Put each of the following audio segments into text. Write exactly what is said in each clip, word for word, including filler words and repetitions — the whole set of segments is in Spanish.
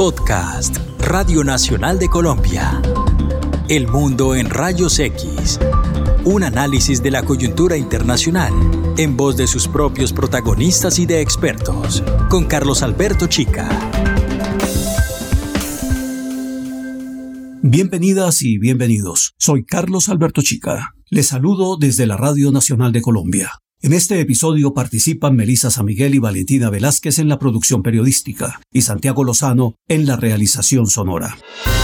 Podcast Radio Nacional de Colombia. El mundo en rayos X. Un análisis de la coyuntura internacional en voz de sus propios protagonistas y de expertos. Con Carlos Alberto Chica. Bienvenidas y bienvenidos. Soy Carlos Alberto Chica. Les saludo desde la Radio Nacional de Colombia. En este episodio participan Melissa San Miguel y Valentina Velázquez en la producción periodística y Santiago Lozano en la realización sonora.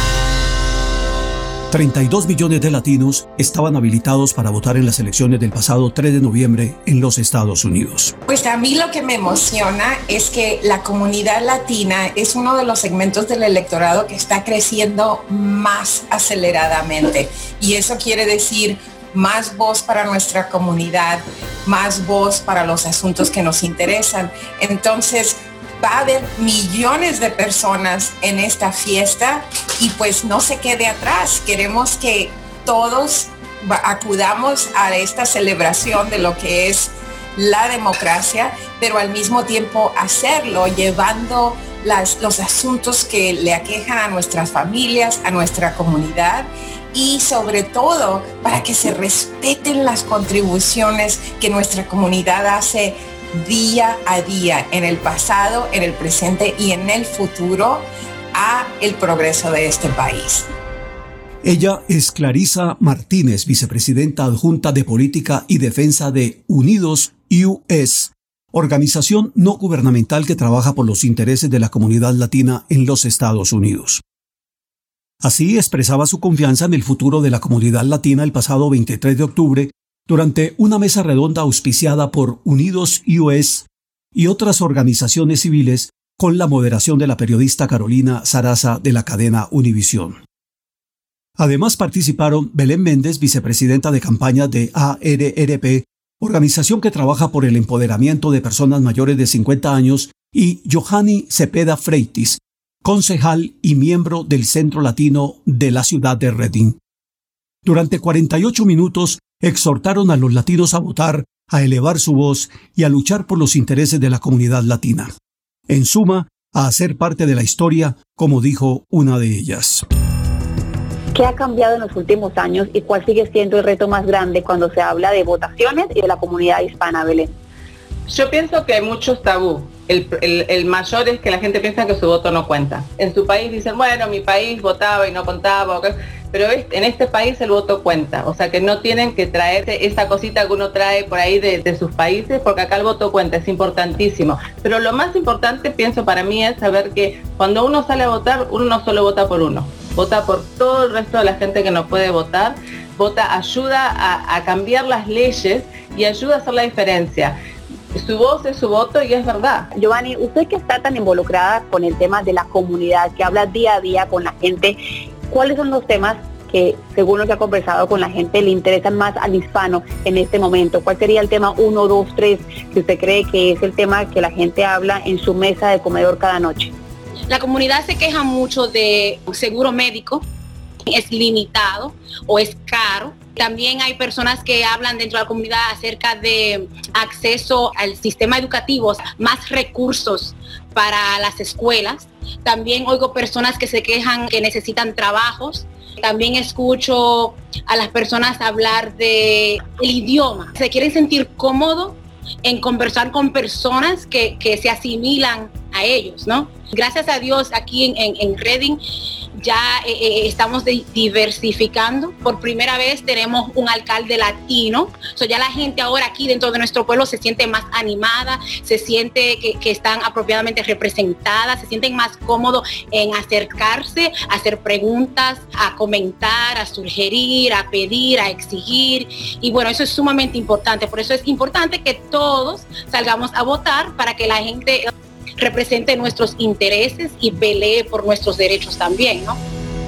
treinta y dos millones de latinos estaban habilitados para votar en las elecciones del pasado tres de noviembre en los Estados Unidos. Pues a mí lo que me emociona es que la comunidad latina es uno de los segmentos del electorado que está creciendo más aceleradamente. Y eso quiere decir más voz para nuestra comunidad, más voz para los asuntos que nos interesan. Entonces, va a haber millones de personas en esta fiesta y pues no se quede atrás. Queremos que todos acudamos a esta celebración de lo que es la democracia, pero al mismo tiempo hacerlo llevando las, los asuntos que le aquejan a nuestras familias, a nuestra comunidad, y sobre todo para que se respeten las contribuciones que nuestra comunidad hace día a día, en el pasado, en el presente y en el futuro, a el progreso de este país. Ella es Clarisa Martínez, vicepresidenta adjunta de Política y Defensa de Unidos U S, organización no gubernamental que trabaja por los intereses de la comunidad latina en los Estados Unidos. Así expresaba su confianza en el futuro de la comunidad latina el pasado veintitrés de octubre durante una mesa redonda auspiciada por Unidos U S y otras organizaciones civiles con la moderación de la periodista Carolina Sarasa de la cadena Univisión. Además participaron Belén Méndez, vicepresidenta de campaña de A R R P, organización que trabaja por el empoderamiento de personas mayores de cincuenta años, y Johanny Cepeda Freitis, concejal y miembro del Centro Latino de la ciudad de Redding. Durante cuarenta y ocho minutos exhortaron a los latinos a votar, a elevar su voz y a luchar por los intereses de la comunidad latina. En suma, a hacer parte de la historia, como dijo una de ellas. ¿Qué ha cambiado en los últimos años y cuál sigue siendo el reto más grande cuando se habla de votaciones y de la comunidad hispana, Belén? Yo pienso que hay muchos tabú. El, el, el mayor es que la gente piensa que su voto no cuenta. En su país dicen, bueno, mi país votaba y no contaba, pero en este país el voto cuenta. O sea que no tienen que traer esa cosita que uno trae por ahí de, de sus países, porque acá el voto cuenta, es importantísimo. Pero lo más importante, pienso para mí, es saber que cuando uno sale a votar, uno no solo vota por uno, vota por todo el resto de la gente que no puede votar, vota, ayuda a, a cambiar las leyes y ayuda a hacer la diferencia. Su voz es su voto y es verdad. Giovanni, usted que está tan involucrada con el tema de la comunidad, que habla día a día con la gente, ¿cuáles son los temas que, según lo que ha conversado con la gente, le interesan más al hispano en este momento? ¿Cuál sería el tema uno, dos, tres que usted cree que es el tema que la gente habla en su mesa de comedor cada noche? La comunidad se queja mucho de seguro médico, es limitado o es caro. También hay personas que hablan dentro de la comunidad acerca de acceso al sistema educativo, más recursos para las escuelas. También oigo personas que se quejan que necesitan trabajos. También escucho a las personas hablar del idioma. Se quieren sentir cómodos en conversar con personas que, que se asimilan a ellos, ¿no? Gracias a Dios aquí en, en, en Redding ya eh, estamos de, diversificando. Por primera vez tenemos un alcalde latino. So, ya la gente ahora aquí dentro de nuestro pueblo se siente más animada, se siente que, que están apropiadamente representadas, se sienten más cómodos en acercarse, a hacer preguntas, a comentar, a sugerir, a pedir, a exigir. Y bueno, eso es sumamente importante. Por eso es importante que todos salgamos a votar para que la gente represente nuestros intereses y pelee por nuestros derechos también, ¿no?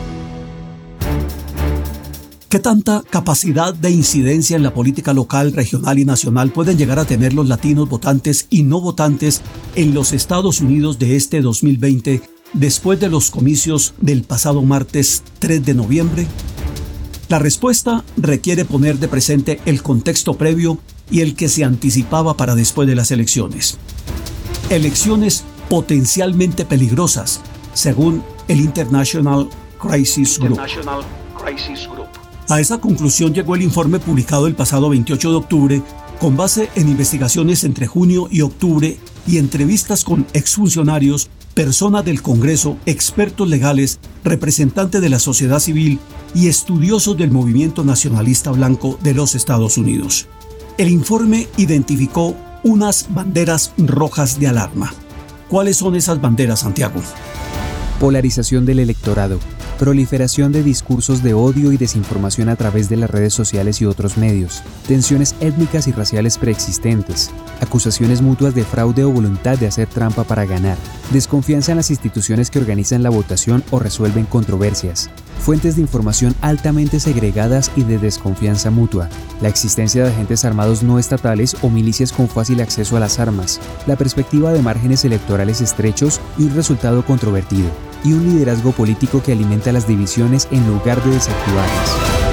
¿Qué tanta capacidad de incidencia en la política local, regional y nacional pueden llegar a tener los latinos votantes y no votantes en los Estados Unidos de este dos mil veinte, después de los comicios del pasado martes tres de noviembre? La respuesta requiere poner de presente el contexto previo y el que se anticipaba para después de las elecciones. Elecciones potencialmente peligrosas, según el International Crisis Group. International Crisis Group. A esa conclusión llegó el informe publicado el pasado veintiocho de octubre, con base en investigaciones entre junio y octubre y entrevistas con exfuncionarios, personas del Congreso, expertos legales, representantes de la sociedad civil y estudiosos del movimiento nacionalista blanco de los Estados Unidos. El informe identificó unas banderas rojas de alarma. ¿Cuáles son esas banderas, Santiago? Polarización del electorado, proliferación de discursos de odio y desinformación a través de las redes sociales y otros medios, tensiones étnicas y raciales preexistentes, acusaciones mutuas de fraude o voluntad de hacer trampa para ganar, desconfianza en las instituciones que organizan la votación o resuelven controversias, fuentes de información altamente segregadas y de desconfianza mutua, la existencia de agentes armados no estatales o milicias con fácil acceso a las armas, la perspectiva de márgenes electorales estrechos y un resultado controvertido, y un liderazgo político que alimenta las divisiones en lugar de desactivarlas.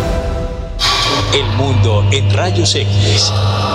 El mundo en rayos X.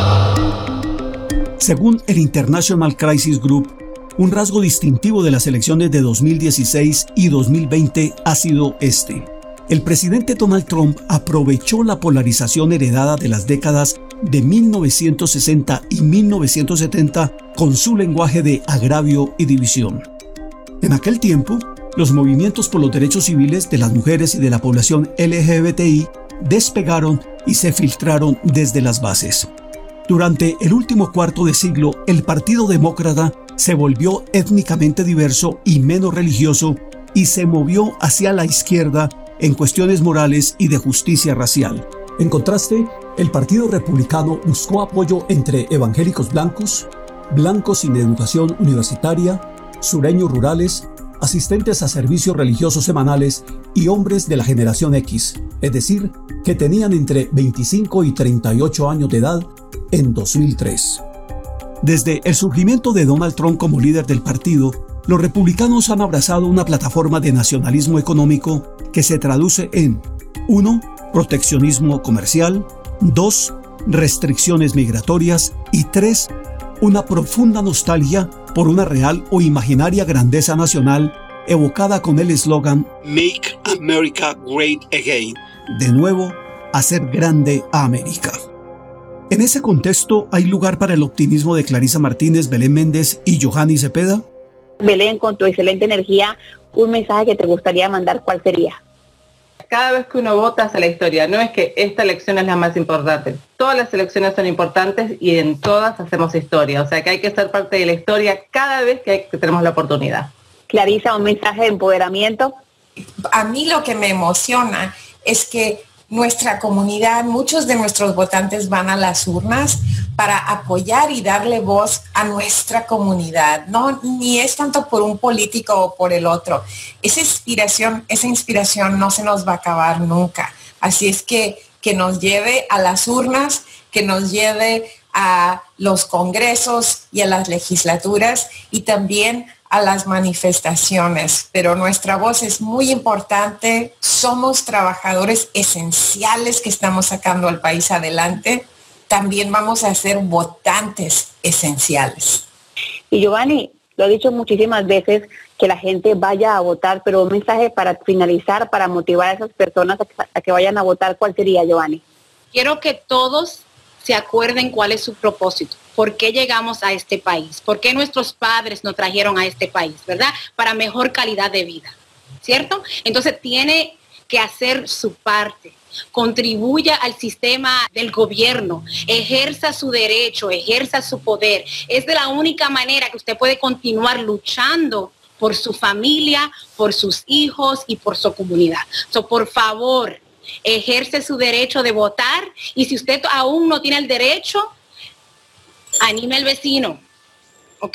Según el International Crisis Group, un rasgo distintivo de las elecciones de dos mil dieciséis y dos mil veinte ha sido este. El presidente Donald Trump aprovechó la polarización heredada de las décadas de mil novecientos sesenta y mil novecientos setenta con su lenguaje de agravio y división. En aquel tiempo, los movimientos por los derechos civiles de las mujeres y de la población L G B T I despegaron y se filtraron desde las bases. Durante el último cuarto de siglo, el Partido Demócrata se volvió étnicamente diverso y menos religioso y se movió hacia la izquierda en cuestiones morales y de justicia racial. En contraste, el Partido Republicano buscó apoyo entre evangélicos blancos, blancos sin educación universitaria, sureños rurales, asistentes a servicios religiosos semanales y hombres de la generación X, es decir, que tenían entre veinticinco y treinta y ocho años de edad en dos mil tres. Desde el surgimiento de Donald Trump como líder del partido, los republicanos han abrazado una plataforma de nacionalismo económico que se traduce en uno Proteccionismo comercial, dos Restricciones migratorias y tres Una profunda nostalgia por una real o imaginaria grandeza nacional evocada con el eslogan Make America Great Again. De nuevo, hacer grande a América. En ese contexto, ¿hay lugar para el optimismo de Clarisa Martínez, Belén Méndez y Johanny Cepeda? Belén, con tu excelente energía, un mensaje que te gustaría mandar, ¿cuál sería? Cada vez que uno vota hace la historia, no es que esta elección es la más importante. Todas las elecciones son importantes y en todas hacemos historia. O sea que hay que ser parte de la historia cada vez que, hay, que tenemos la oportunidad. Clarisa, un mensaje de empoderamiento. A mí lo que me emociona es que nuestra comunidad, muchos de nuestros votantes van a las urnas para apoyar y darle voz a nuestra comunidad. No, ni es tanto por un político o por el otro. Esa inspiración, esa inspiración no se nos va a acabar nunca. Así es que que nos lleve a las urnas, que nos lleve a los congresos y a las legislaturas y también a las manifestaciones, pero nuestra voz es muy importante, somos trabajadores esenciales que estamos sacando al país adelante, también vamos a ser votantes esenciales. Y Johanny, lo he dicho muchísimas veces, que la gente vaya a votar, pero un mensaje para finalizar, para motivar a esas personas a que, a que vayan a votar, ¿cuál sería, Johanny? Quiero que todos se acuerden cuál es su propósito, por qué llegamos a este país, por qué nuestros padres nos trajeron a este país, ¿verdad? Para mejor calidad de vida, ¿cierto? Entonces tiene que hacer su parte, contribuya al sistema del gobierno, ejerza su derecho, ejerza su poder. Es de la única manera que usted puede continuar luchando por su familia, por sus hijos y por su comunidad. So, por favor, ejerce su derecho de votar y si usted aún no tiene el derecho, anime al vecino, ¿ok?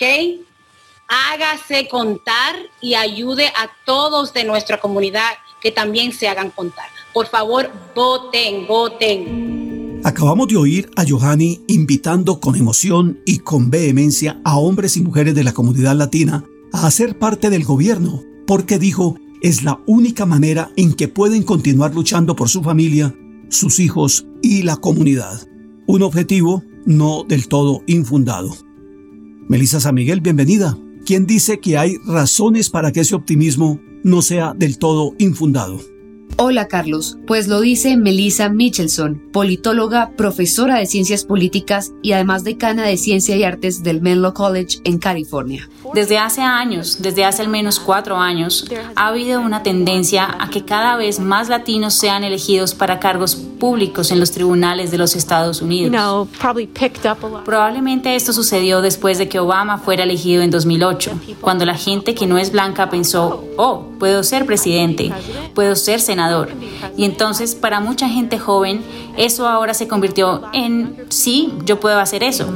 Hágase contar y ayude a todos de nuestra comunidad que también se hagan contar. Por favor, voten, voten. Acabamos de oír a Johanny invitando con emoción y con vehemencia a hombres y mujeres de la comunidad latina a hacer parte del gobierno, porque dijo, es la única manera en que pueden continuar luchando por su familia, sus hijos y la comunidad. Un objetivo no del todo infundado. Melissa San Miguel, bienvenida. quien dice que hay razones para que ese optimismo no sea del todo infundado. Hola Carlos, pues lo dice Melissa Michelson, politóloga, profesora de Ciencias Políticas y además decana de Ciencia y Artes del Menlo College en California. Desde hace años, desde hace al menos cuatro años, ha habido una tendencia a que cada vez más latinos sean elegidos para cargos públicos en los tribunales de los Estados Unidos. Probablemente esto sucedió después de que Obama fuera elegido en dos mil ocho, cuando la gente que no es blanca pensó, oh, puedo ser presidente, puedo ser senador. Y entonces, para mucha gente joven, eso ahora se convirtió en, sí, yo puedo hacer eso.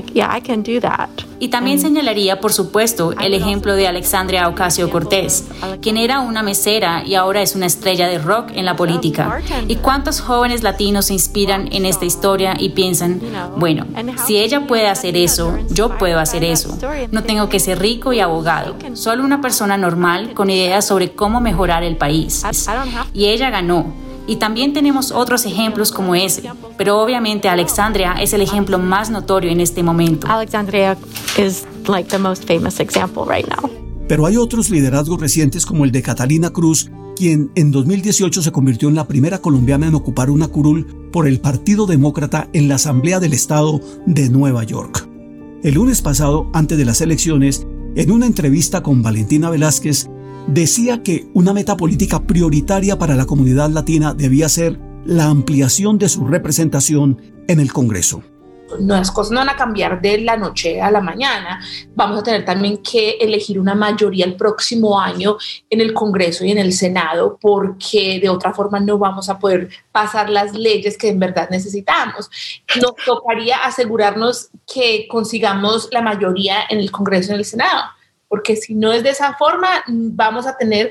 Y también señalaría, por supuesto, el ejemplo de Alexandria Ocasio-Cortez, quien era una mesera y ahora es una estrella de rock en la política. ¿Y cuántos jóvenes latinos se inspiran en esta historia y piensan, bueno, si ella puede hacer eso, yo puedo hacer eso? No tengo que ser rico y abogado, solo una persona normal con ideas sobre cómo mejorar el país. Y ella ganó. Y también tenemos otros ejemplos como ese, pero obviamente Alexandria es el ejemplo más notorio en este momento. Alexandria is like the most famous example right now. Pero hay otros liderazgos recientes como el de Catalina Cruz, quien en dos mil dieciocho se convirtió en la primera colombiana en ocupar una curul por el Partido Demócrata en la Asamblea del Estado de Nueva York. El lunes pasado, antes de las elecciones, en una entrevista con Valentina Velázquez, decía que una meta política prioritaria para la comunidad latina debía ser la ampliación de su representación en el Congreso. Las cosas no van a cambiar de la noche a la mañana. Vamos a tener también que elegir una mayoría el próximo año en el Congreso y en el Senado, porque de otra forma no vamos a poder pasar las leyes que en verdad necesitamos. Nos tocaría asegurarnos que consigamos la mayoría en el Congreso y en el Senado, porque si no es de esa forma, vamos a tener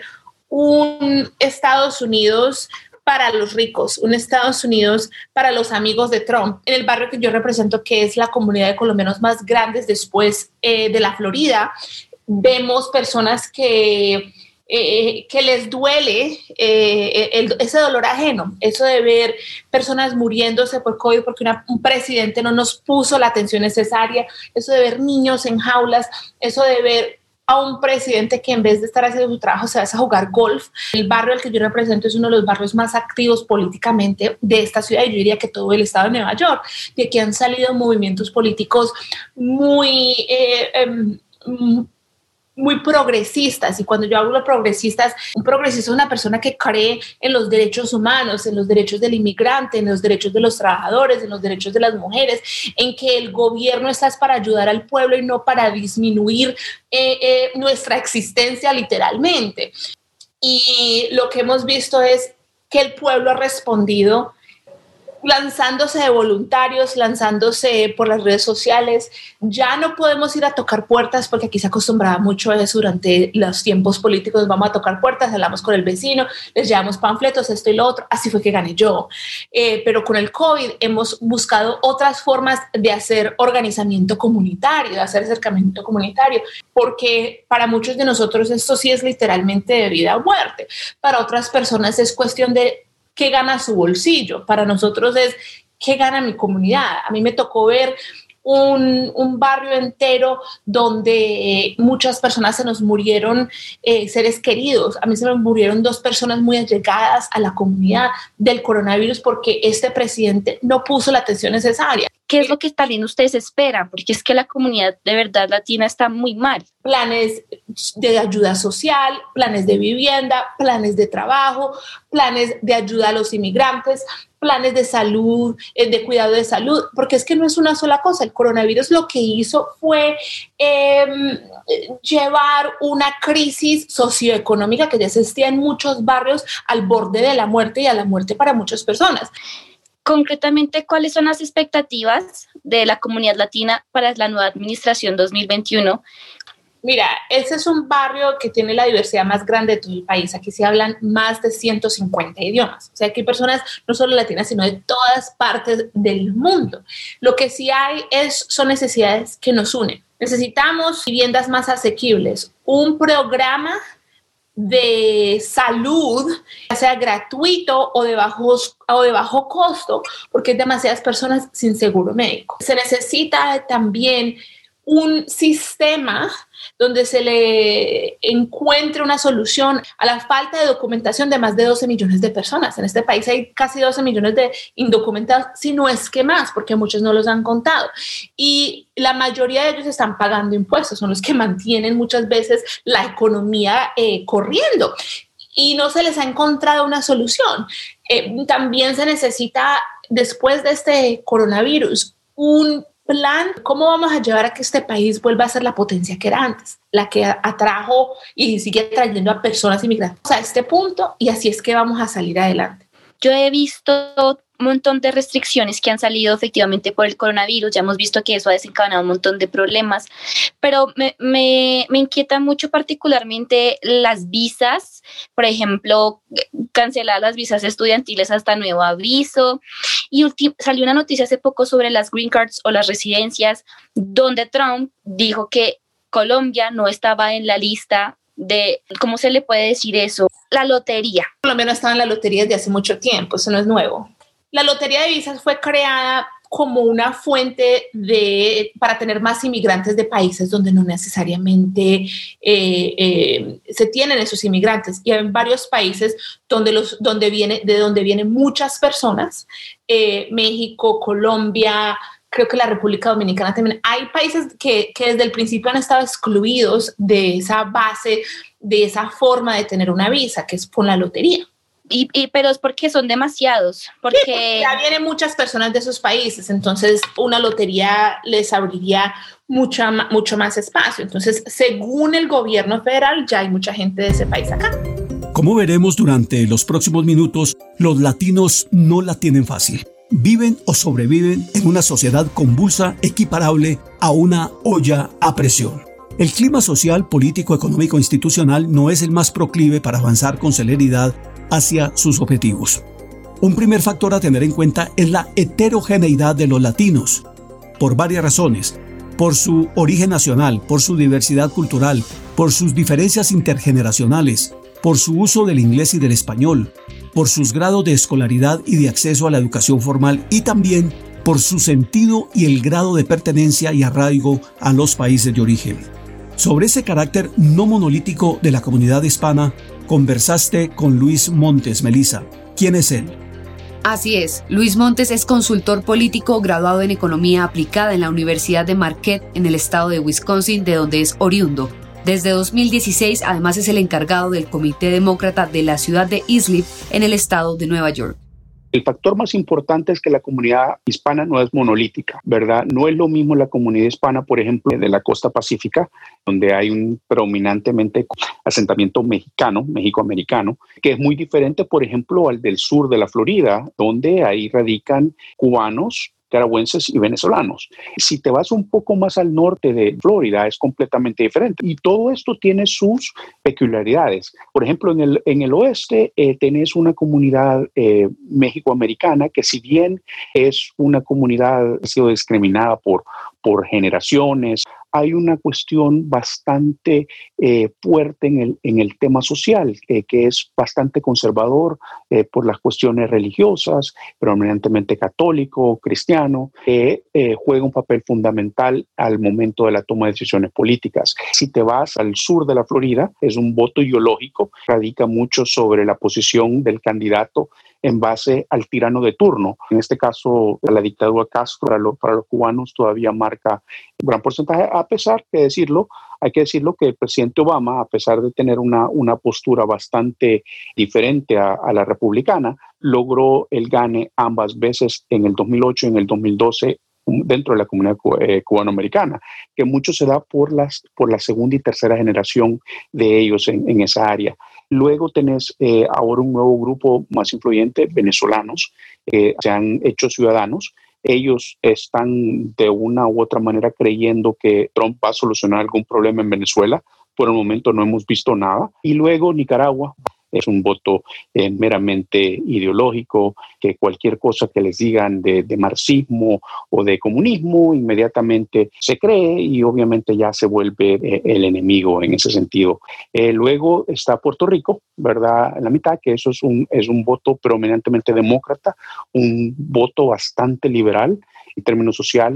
un Estados Unidos para los ricos, un Estados Unidos para los amigos de Trump. En el barrio que yo represento, que es la comunidad de colombianos más grandes después eh, de la Florida, vemos personas que, eh, que les duele eh, el, ese dolor ajeno, eso de ver personas muriéndose por COVID porque una, un presidente no nos puso la atención necesaria, eso de ver niños en jaulas, eso de ver a un presidente que en vez de estar haciendo su trabajo se va a jugar golf. El barrio al que yo represento es uno de los barrios más activos políticamente de esta ciudad, y yo diría que todo el estado de Nueva York. De aquí han salido movimientos políticos muy eh, eh, muy progresistas, y cuando yo hablo de progresistas, un progresista es una persona que cree en los derechos humanos, en los derechos del inmigrante, en los derechos de los trabajadores, en los derechos de las mujeres, en que el gobierno está para ayudar al pueblo y no para disminuir eh, eh, nuestra existencia literalmente. Y lo que hemos visto es que el pueblo ha respondido lanzándose de voluntarios, lanzándose por las redes sociales. Ya no podemos ir a tocar puertas porque aquí se acostumbraba mucho a eso durante los tiempos políticos. Vamos a tocar puertas, hablamos con el vecino, les llevamos panfletos, esto y lo otro. Así fue que gané yo. Eh, pero con el COVID hemos buscado otras formas de hacer organizamiento comunitario, de hacer acercamiento comunitario, porque para muchos de nosotros esto sí es literalmente de vida o muerte. Para otras personas es cuestión de qué gana su bolsillo. Para nosotros es qué gana mi comunidad. A mí me tocó ver un, un barrio entero donde muchas personas se nos murieron, eh, seres queridos. A mí se me murieron dos personas muy allegadas a la comunidad del coronavirus porque este presidente no puso la atención necesaria. ¿Qué es lo que también ustedes esperan? Porque es que la comunidad de verdad latina está muy mal. Planes de ayuda social, planes de vivienda, planes de trabajo, planes de ayuda a los inmigrantes, planes de salud, de cuidado de salud, porque es que no es una sola cosa. El coronavirus lo que hizo fue eh, llevar una crisis socioeconómica que ya existía en muchos barrios al borde de la muerte y a la muerte para muchas personas. Concretamente, ¿cuáles son las expectativas de la comunidad latina para la nueva administración dos mil veintiuno? Mira, ese es un barrio que tiene la diversidad más grande de todo el país. Aquí se hablan más de ciento cincuenta idiomas. O sea, que hay personas no solo latinas, sino de todas partes del mundo. Lo que sí hay es, son necesidades que nos unen. Necesitamos viviendas más asequibles, un programa de salud, ya sea gratuito o de, bajos, o de bajo costo, porque hay demasiadas personas sin seguro médico. Se necesita también un sistema donde se le encuentre una solución a la falta de documentación de más de doce millones de personas. En este país hay casi doce millones de indocumentados, si no es que más, porque muchos no los han contado. Y la mayoría de ellos están pagando impuestos, son los que mantienen muchas veces la economía eh, corriendo. Y no se les ha encontrado una solución. Eh, también se necesita, después de este coronavirus, un plan, ¿cómo vamos a llevar a que este país vuelva a ser la potencia que era antes? La que atrajo y sigue atrayendo a personas inmigrantes a este punto, y así es que vamos a salir adelante. Yo he visto un montón de restricciones que han salido efectivamente por el coronavirus. Ya hemos visto que eso ha desencadenado un montón de problemas, pero me, me, me inquieta mucho particularmente las visas. Por ejemplo, cancelar las visas estudiantiles hasta nuevo aviso. Y ulti- salió una noticia hace poco sobre las green cards o las residencias, donde Trump dijo que Colombia no estaba en la lista de, ¿cómo se le puede decir eso? La lotería. Colombia no estaba en la lotería desde hace mucho tiempo, eso no es nuevo. La lotería de visas fue creada como una fuente de, para tener más inmigrantes de países donde no necesariamente eh, eh, se tienen esos inmigrantes. Y hay varios países donde los, donde viene, de donde vienen muchas personas, eh, México, Colombia, creo que la República Dominicana también. Hay países que, que desde el principio han estado excluidos de esa base, de esa forma de tener una visa, que es por la lotería. Y, y, pero es porque son demasiados. Porque... Sí, porque ya vienen muchas personas de esos países, entonces una lotería les abriría mucha, mucho más espacio. Entonces, según el gobierno federal, ya hay mucha gente de ese país acá. Como veremos durante los próximos minutos, los latinos no la tienen fácil. Viven o sobreviven en una sociedad convulsa equiparable a una olla a presión. El clima social, político, económico e institucional no es el más proclive para avanzar con celeridad hacia sus objetivos. Un primer factor a tener en cuenta es la heterogeneidad de los latinos, por varias razones: por su origen nacional, por su diversidad cultural, por sus diferencias intergeneracionales, por su uso del inglés y del español, por sus grados de escolaridad y de acceso a la educación formal, y también por su sentido y el grado de pertenencia y arraigo a los países de origen. Sobre ese carácter no monolítico de la comunidad hispana, conversaste con Luis Montes. Melissa, ¿quién es él? Así es, Luis Montes es consultor político graduado en Economía Aplicada en la Universidad de Marquette en el estado de Wisconsin, de donde es oriundo. Desde dos mil dieciséis, además, es el encargado del Comité Demócrata de la ciudad de Islip en el estado de Nueva York. El factor más importante es que la comunidad hispana no es monolítica, ¿verdad? No es lo mismo la comunidad hispana, por ejemplo, de la costa pacífica, donde hay un predominantemente asentamiento mexicano, mexicoamericano, que es muy diferente, por ejemplo, al del sur de la Florida, donde ahí radican cubanos, nicaragüenses y venezolanos. Si te vas un poco más al norte de Florida, es completamente diferente. Y todo esto tiene sus peculiaridades. Por ejemplo, en el, en el oeste eh, tenés una comunidad eh, mexicoamericana que, si bien es una comunidad que ha sido discriminada por, por generaciones, hay una cuestión bastante eh, fuerte en el, en el tema social, eh, que es bastante conservador eh, por las cuestiones religiosas, predominantemente católico, cristiano, que eh, juega un papel fundamental al momento de la toma de decisiones políticas. Si te vas al sur de la Florida, es un voto ideológico, radica mucho sobre la posición del candidato en base al tirano de turno. En este caso, la dictadura Castro para, lo, para los cubanos todavía marca un gran porcentaje, a pesar de decirlo, hay que decirlo que el presidente Obama, a pesar de tener una, una postura bastante diferente a, a la republicana, logró el gane ambas veces, en el dos mil ocho y en el dos mil doce, dentro de la comunidad eh, cubanoamericana, que mucho se da por, las, por la segunda y tercera generación de ellos en, en esa área. Luego tenés eh, ahora un nuevo grupo más influyente, venezolanos, que eh, se han hecho ciudadanos. Ellos están de una u otra manera creyendo que Trump va a solucionar algún problema en Venezuela. Por el momento no hemos visto nada. Y luego Nicaragua es un voto eh, meramente ideológico, que cualquier cosa que les digan de, de marxismo o de comunismo inmediatamente se cree y obviamente ya se vuelve eh, el enemigo en ese sentido. Eh, luego está Puerto Rico, ¿verdad? En la mitad, que eso es un, es un voto predominantemente demócrata, un voto bastante liberal en términos sociales.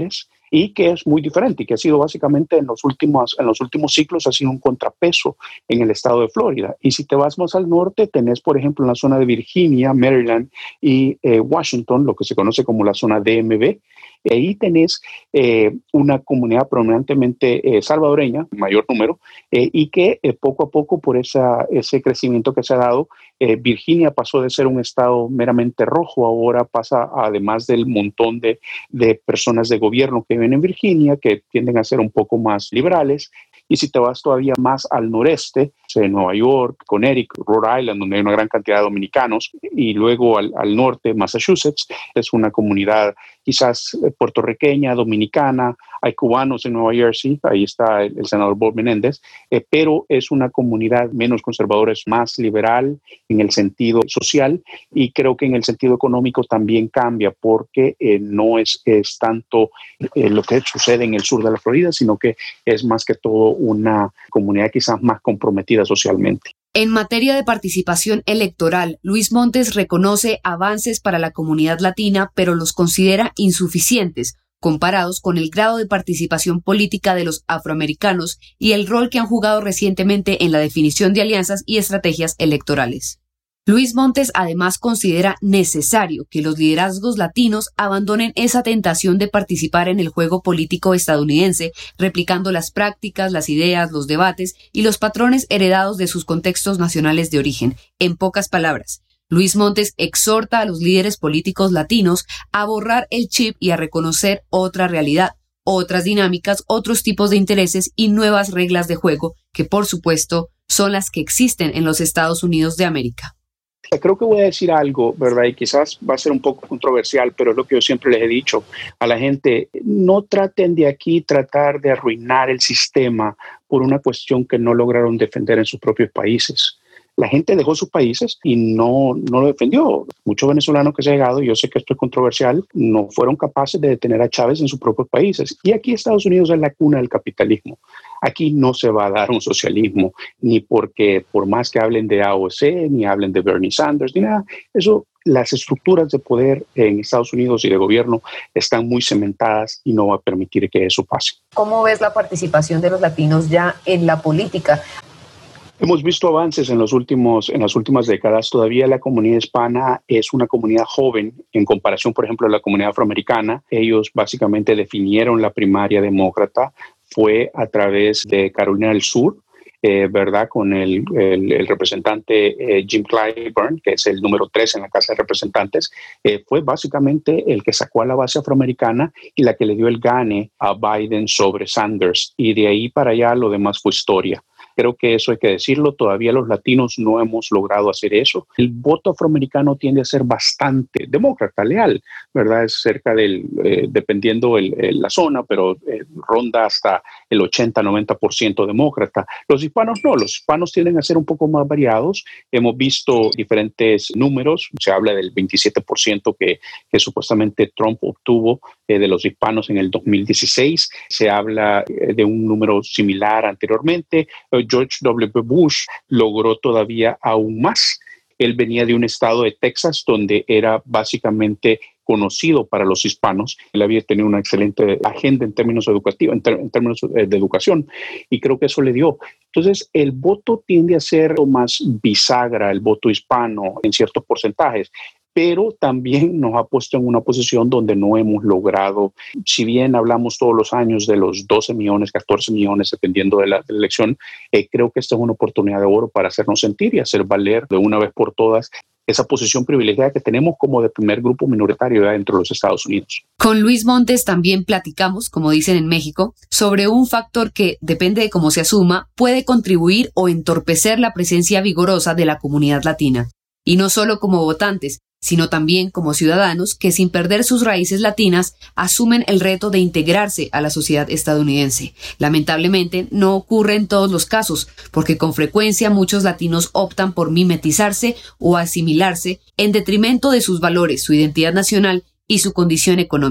y que es muy diferente y que ha sido básicamente en los últimos, en los últimos ciclos ha sido un contrapeso en el estado de Florida. Y si te vas más al norte, tenés, por ejemplo, en la zona de Virginia, Maryland y eh, Washington, lo que se conoce como la zona D M V. Y ahí tenés eh, una comunidad predominantemente eh, salvadoreña, mayor número, eh, y que eh, poco a poco, por esa, ese crecimiento que se ha dado, eh, Virginia pasó de ser un estado meramente rojo, ahora pasa, además del montón de, de personas de gobierno que viven en Virginia, que tienden a ser un poco más liberales. Y si te vas todavía más al noreste, en Nueva York, Connecticut, Rhode Island, donde hay una gran cantidad de dominicanos, y luego al, al norte, Massachusetts, es una comunidad quizás puertorriqueña, dominicana, hay cubanos en Nueva Jersey, ahí está el, el senador Bob Menéndez, eh, pero es una comunidad menos conservadora, es más liberal en el sentido social, y creo que en el sentido económico también cambia, porque eh, no es, es tanto eh, lo que sucede en el sur de la Florida, sino que es más que todo una comunidad quizás más comprometida socialmente. En materia de participación electoral, Luis Montes reconoce avances para la comunidad latina, pero los considera insuficientes comparados con el grado de participación política de los afroamericanos y el rol que han jugado recientemente en la definición de alianzas y estrategias electorales. Luis Montes además considera necesario que los liderazgos latinos abandonen esa tentación de participar en el juego político estadounidense, replicando las prácticas, las ideas, los debates y los patrones heredados de sus contextos nacionales de origen. En pocas palabras, Luis Montes exhorta a los líderes políticos latinos a borrar el chip y a reconocer otra realidad, otras dinámicas, otros tipos de intereses y nuevas reglas de juego que, por supuesto, son las que existen en los Estados Unidos de América. Creo que voy a decir algo, ¿verdad? Y quizás va a ser un poco controversial, pero es lo que yo siempre les he dicho a la gente. No traten de aquí tratar de arruinar el sistema por una cuestión que no lograron defender en sus propios países. La gente dejó sus países y no, no lo defendió. Muchos venezolanos que se han llegado, yo sé que esto es controversial, no fueron capaces de detener a Chávez en sus propios países. Y aquí Estados Unidos es la cuna del capitalismo. Aquí no se va a dar un socialismo, ni porque por más que hablen de A O C, ni hablen de Bernie Sanders, ni nada. Eso, las estructuras de poder en Estados Unidos y de gobierno están muy cementadas y no va a permitir que eso pase. ¿Cómo ves la participación de los latinos ya en la política? Hemos visto avances en, los últimos, en las últimas décadas. Todavía la comunidad hispana es una comunidad joven en comparación, por ejemplo, a la comunidad afroamericana. Ellos básicamente definieron la primaria demócrata. Fue a través de Carolina del Sur, eh, ¿verdad? Con el, el, el representante eh, Jim Clyburn, que es el número tres en la Casa de Representantes. Eh, fue básicamente el que sacó a la base afroamericana y la que le dio el gane a Biden sobre Sanders. Y de ahí para allá lo demás fue historia. Creo que eso hay que decirlo. Todavía los latinos no hemos logrado hacer eso. El voto afroamericano tiende a ser bastante demócrata, leal, ¿verdad? Es cerca del, eh, dependiendo el, el, la zona, pero eh, ronda hasta el ochenta a noventa por ciento demócrata. Los hispanos no, los hispanos tienden a ser un poco más variados. Hemos visto diferentes números. Se habla del veintisiete por ciento que, que supuestamente Trump obtuvo eh, de los hispanos en el dos mil dieciséis. Se habla eh, de un número similar anteriormente. George W. Bush logró todavía aún más. Él venía de un estado de Texas donde era básicamente conocido para los hispanos. Él había tenido una excelente agenda en términos educativos, en, ter- en términos de educación, y creo que eso le dio. Entonces, el voto tiende a ser más bisagra, el voto hispano en ciertos porcentajes, pero también nos ha puesto en una posición donde no hemos logrado, si bien hablamos todos los años de los doce millones, catorce millones, dependiendo de la, de la elección, eh, creo que esta es una oportunidad de oro para hacernos sentir y hacer valer de una vez por todas esa posición privilegiada que tenemos como de primer grupo minoritario dentro de los Estados Unidos. Con Luis Montes también platicamos, como dicen en México, sobre un factor que, depende de cómo se asuma, puede contribuir o entorpecer la presencia vigorosa de la comunidad latina. Y no solo como votantes, sino también como ciudadanos que sin perder sus raíces latinas asumen el reto de integrarse a la sociedad estadounidense. Lamentablemente no ocurre en todos los casos, porque con frecuencia muchos latinos optan por mimetizarse o asimilarse en detrimento de sus valores, su identidad nacional y su condición económica.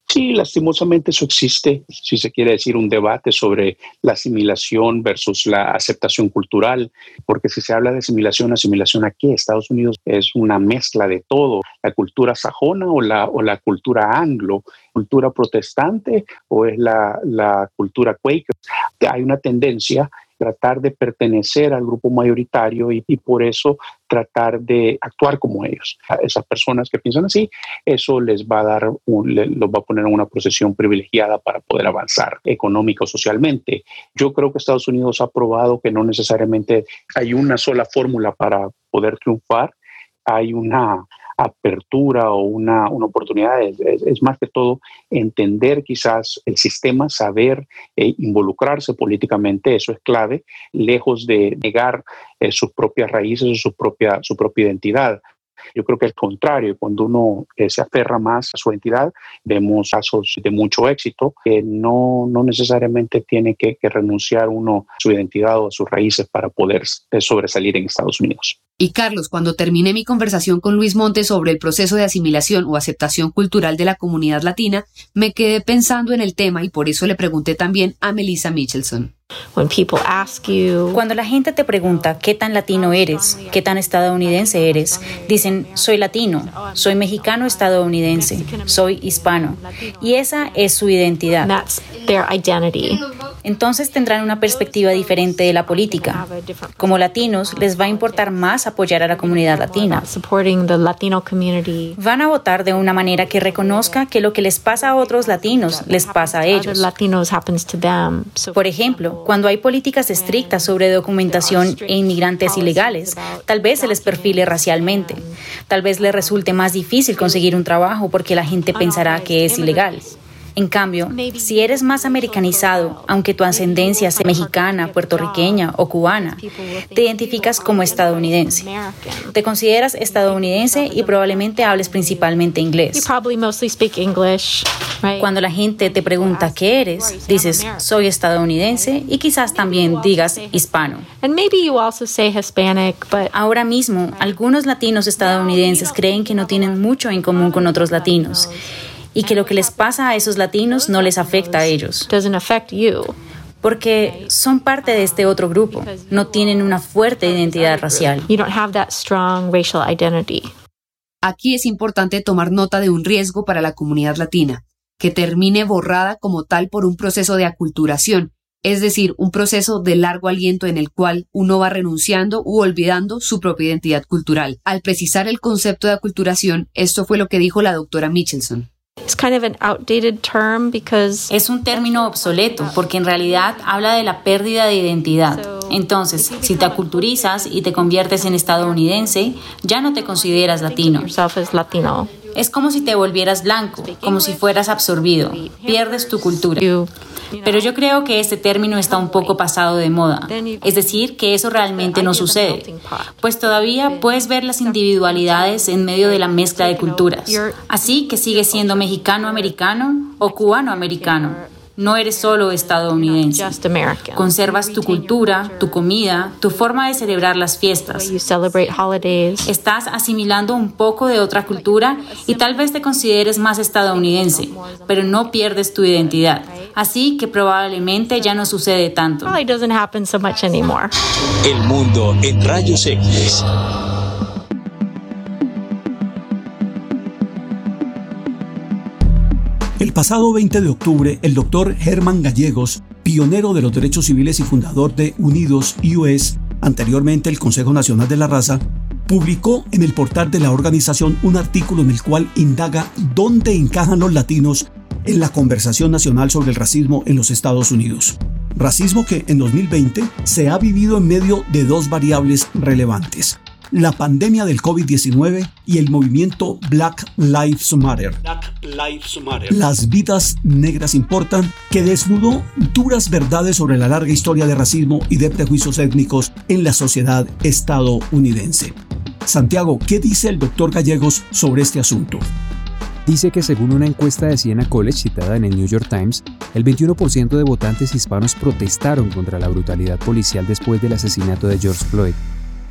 Sí, lastimosamente eso existe, si se quiere decir, un debate sobre la asimilación versus la aceptación cultural, porque si se habla de asimilación, ¿asimilación a qué? Estados Unidos es una mezcla de todo, la cultura sajona o la, o la cultura anglo, cultura protestante o es la, la cultura quaker. Hay una tendencia tratar de pertenecer al grupo mayoritario y, y por eso tratar de actuar como ellos. A esas personas que piensan así, eso les va a dar, un, les va a poner en una posición privilegiada para poder avanzar económico o socialmente. Yo creo que Estados Unidos ha probado que no necesariamente hay una sola fórmula para poder triunfar, hay una apertura o una, una oportunidad, es, es, es más que todo entender quizás el sistema, saber eh, involucrarse políticamente, eso es clave, lejos de negar eh, sus propias raíces o su propia, su propia identidad. Yo creo que al contrario, cuando uno eh, se aferra más a su identidad, vemos casos de mucho éxito que no, no necesariamente tiene que, que renunciar uno a su identidad o a sus raíces para poder eh, sobresalir en Estados Unidos. Y Carlos, cuando terminé mi conversación con Luis Montes sobre el proceso de asimilación o aceptación cultural de la comunidad latina, me quedé pensando en el tema y por eso le pregunté también a Melissa Michelson. Cuando la gente te pregunta qué tan latino eres, qué tan estadounidense eres, dicen soy latino, soy mexicano estadounidense, soy hispano. Y esa es su identidad. Entonces tendrán una perspectiva diferente de la política. Como latinos, les va a importar más apoyar a la comunidad latina. Van a votar de una manera que reconozca que lo que les pasa a otros latinos les pasa a ellos. Por ejemplo, cuando hay políticas estrictas sobre documentación e inmigrantes ilegales, tal vez se les perfile racialmente. Tal vez les resulte más difícil conseguir un trabajo porque la gente pensará que es ilegal. En cambio, si eres más americanizado, aunque tu ascendencia sea mexicana, puertorriqueña o cubana, te identificas como estadounidense. Te consideras estadounidense y probablemente hables principalmente inglés. Cuando la gente te pregunta qué eres, dices soy estadounidense y quizás también digas hispano. Ahora mismo, algunos latinos estadounidenses creen que no tienen mucho en común con otros latinos y que lo que les pasa a esos latinos no les afecta a ellos. Porque son parte de este otro grupo, no tienen una fuerte identidad racial. Aquí es importante tomar nota de un riesgo para la comunidad latina, que termine borrada como tal por un proceso de aculturación, es decir, un proceso de largo aliento en el cual uno va renunciando u olvidando su propia identidad cultural. Al precisar el concepto de aculturación, esto fue lo que dijo la doctora Michelson. Es un término obsoleto porque en realidad habla de la pérdida de identidad. Entonces, si te aculturizas y te conviertes en estadounidense, ya no te consideras latino. Es como si te volvieras blanco, como si fueras absorbido. Pierdes tu cultura. Pero yo creo que este término está un poco pasado de moda. Es decir, que eso realmente no sucede. Pues todavía puedes ver las individualidades en medio de la mezcla de culturas. Así que sigues siendo mexicano-americano o cubano-americano. No eres solo estadounidense. Conservas tu cultura, tu comida, tu forma de celebrar las fiestas. Estás asimilando un poco de otra cultura y tal vez te consideres más estadounidense, pero no pierdes tu identidad. Así que probablemente ya no sucede tanto. El mundo en rayos X. El pasado veinte de octubre, el doctor Germán Gallegos, pionero de los derechos civiles y fundador de Unidos U S, anteriormente el Consejo Nacional de la Raza, publicó en el portal de la organización un artículo en el cual indaga dónde encajan los latinos en la conversación nacional sobre el racismo en los Estados Unidos. Racismo que en dos mil veinte se ha vivido en medio de dos variables relevantes: la pandemia del COVID diecinueve y el movimiento Black Lives Matter. Black Lives Matter. Las vidas negras importan, que desnudó duras verdades sobre la larga historia de racismo y de prejuicios étnicos en la sociedad estadounidense. Santiago, ¿qué dice el doctor Gallegos sobre este asunto? Dice que según una encuesta de Siena College citada en el New York Times, el veintiuno por ciento de votantes hispanos protestaron contra la brutalidad policial después del asesinato de George Floyd.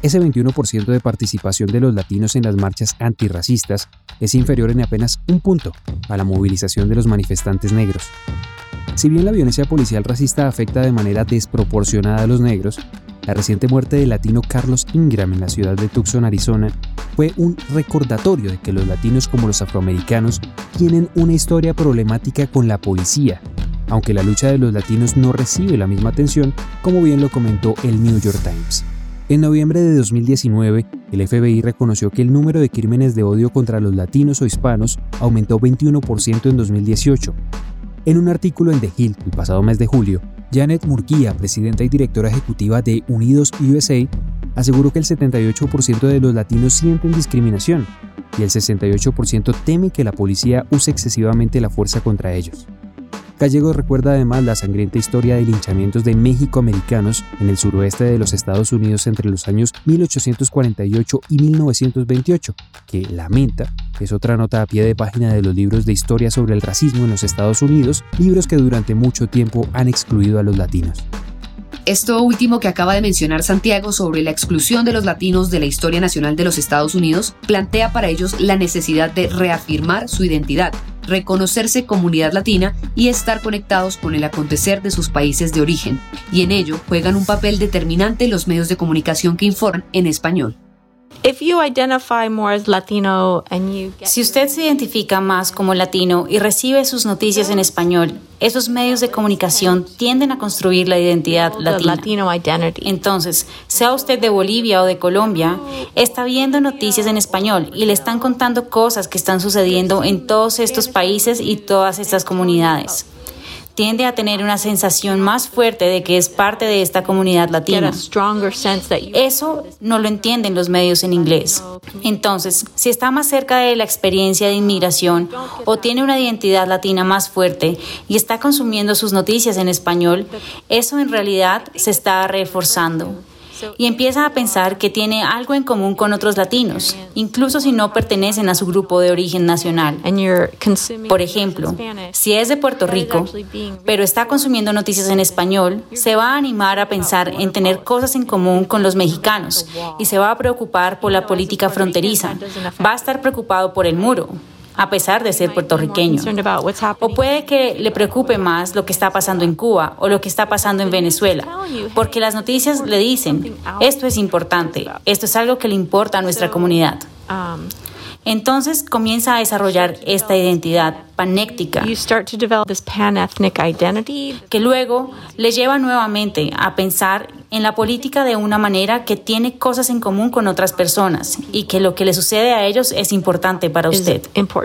ese veintiuno por ciento de participación de los latinos en las marchas antirracistas es inferior en apenas un punto a la movilización de los manifestantes negros. Si bien la violencia policial racista afecta de manera desproporcionada a los negros, la reciente muerte del latino Carlos Ingram en la ciudad de Tucson, Arizona, fue un recordatorio de que los latinos como los afroamericanos tienen una historia problemática con la policía, aunque la lucha de los latinos no recibe la misma atención, como bien lo comentó el New York Times. En noviembre de dos mil diecinueve, el F B I reconoció que el número de crímenes de odio contra los latinos o hispanos aumentó veintiuno por ciento en dos mil dieciocho. En un artículo en The Hill el pasado mes de julio, Janet Murguía, presidenta y directora ejecutiva de Unidos U S A, aseguró que el setenta y ocho por ciento de los latinos sienten discriminación y el sesenta y ocho por ciento teme que la policía use excesivamente la fuerza contra ellos. Gallegos recuerda además la sangrienta historia de linchamientos de mexicoamericanos en el suroeste de los Estados Unidos entre los años mil ochocientos cuarenta y ocho y mil novecientos veintiocho, que lamenta es otra nota a pie de página de los libros de historia sobre el racismo en los Estados Unidos, libros que durante mucho tiempo han excluido a los latinos. Esto último que acaba de mencionar Santiago sobre la exclusión de los latinos de la historia nacional de los Estados Unidos plantea para ellos la necesidad de reafirmar su identidad, reconocerse comunidad latina y estar conectados con el acontecer de sus países de origen, y en ello juegan un papel determinante los medios de comunicación que informan en español. Si usted se identifica más como latino y recibe sus noticias en español, esos medios de comunicación tienden a construir la identidad latina. Entonces, sea usted de Bolivia o de Colombia, está viendo noticias en español y le están contando cosas que están sucediendo en todos estos países y todas estas comunidades. Tiende a tener una sensación más fuerte de que es parte de esta comunidad latina. Eso no lo entienden los medios en inglés. Entonces, si está más cerca de la experiencia de inmigración o tiene una identidad latina más fuerte y está consumiendo sus noticias en español, eso en realidad se está reforzando. Y empieza a pensar que tiene algo en común con otros latinos, incluso si no pertenecen a su grupo de origen nacional. Por ejemplo, si es de Puerto Rico, pero está consumiendo noticias en español, se va a animar a pensar en tener cosas en común con los mexicanos y se va a preocupar por la política fronteriza. Va a estar preocupado por el muro, a pesar de ser puertorriqueño. O puede que le preocupe más lo que está pasando en Cuba o lo que está pasando en Venezuela, porque las noticias le dicen, esto es importante, esto es algo que le importa a nuestra comunidad. Entonces comienza a desarrollar esta identidad panéctica, que luego le lleva nuevamente a pensar en la política de una manera que tiene cosas en común con otras personas y que lo que le sucede a ellos es importante para usted.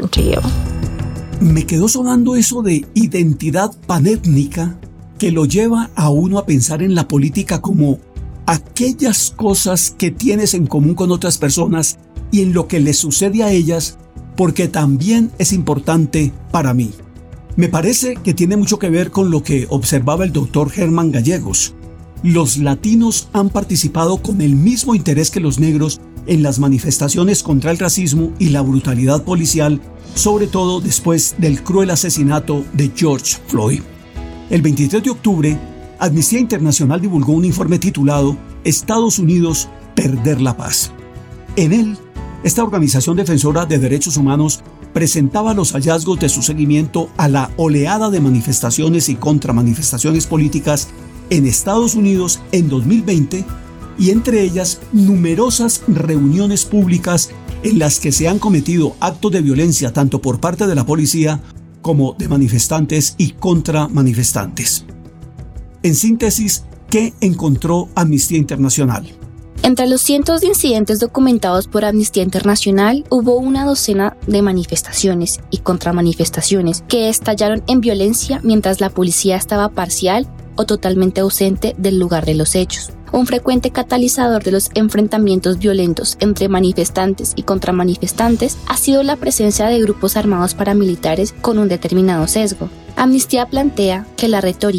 Me quedó sonando eso de identidad panétnica que lo lleva a uno a pensar en la política como aquellas cosas que tienes en común con otras personas y en lo que les sucede a ellas, porque también es importante para mí. Me parece que tiene mucho que ver con lo que observaba el doctor Germán Gallegos. Los latinos han participado con el mismo interés que los negros en las manifestaciones contra el racismo y la brutalidad policial, sobre todo después del cruel asesinato de George Floyd. El veintitrés de octubre, Amnistía Internacional divulgó un informe titulado Estados Unidos, perder la paz. En él, esta organización defensora de derechos humanos presentaba los hallazgos de su seguimiento a la oleada de manifestaciones y contramanifestaciones políticas en Estados Unidos en dos mil veinte, y entre ellas numerosas reuniones públicas en las que se han cometido actos de violencia tanto por parte de la policía como de manifestantes y contramanifestantes. En síntesis, ¿qué encontró Amnistía Internacional? Entre los cientos de incidentes documentados por Amnistía Internacional, hubo una docena de manifestaciones y contramanifestaciones que estallaron en violencia mientras la policía estaba parcial o totalmente ausente del lugar de los hechos. Un frecuente catalizador de los enfrentamientos violentos entre manifestantes y contramanifestantes ha sido la presencia de grupos armados paramilitares con un determinado sesgo. Amnistía plantea que la retórica,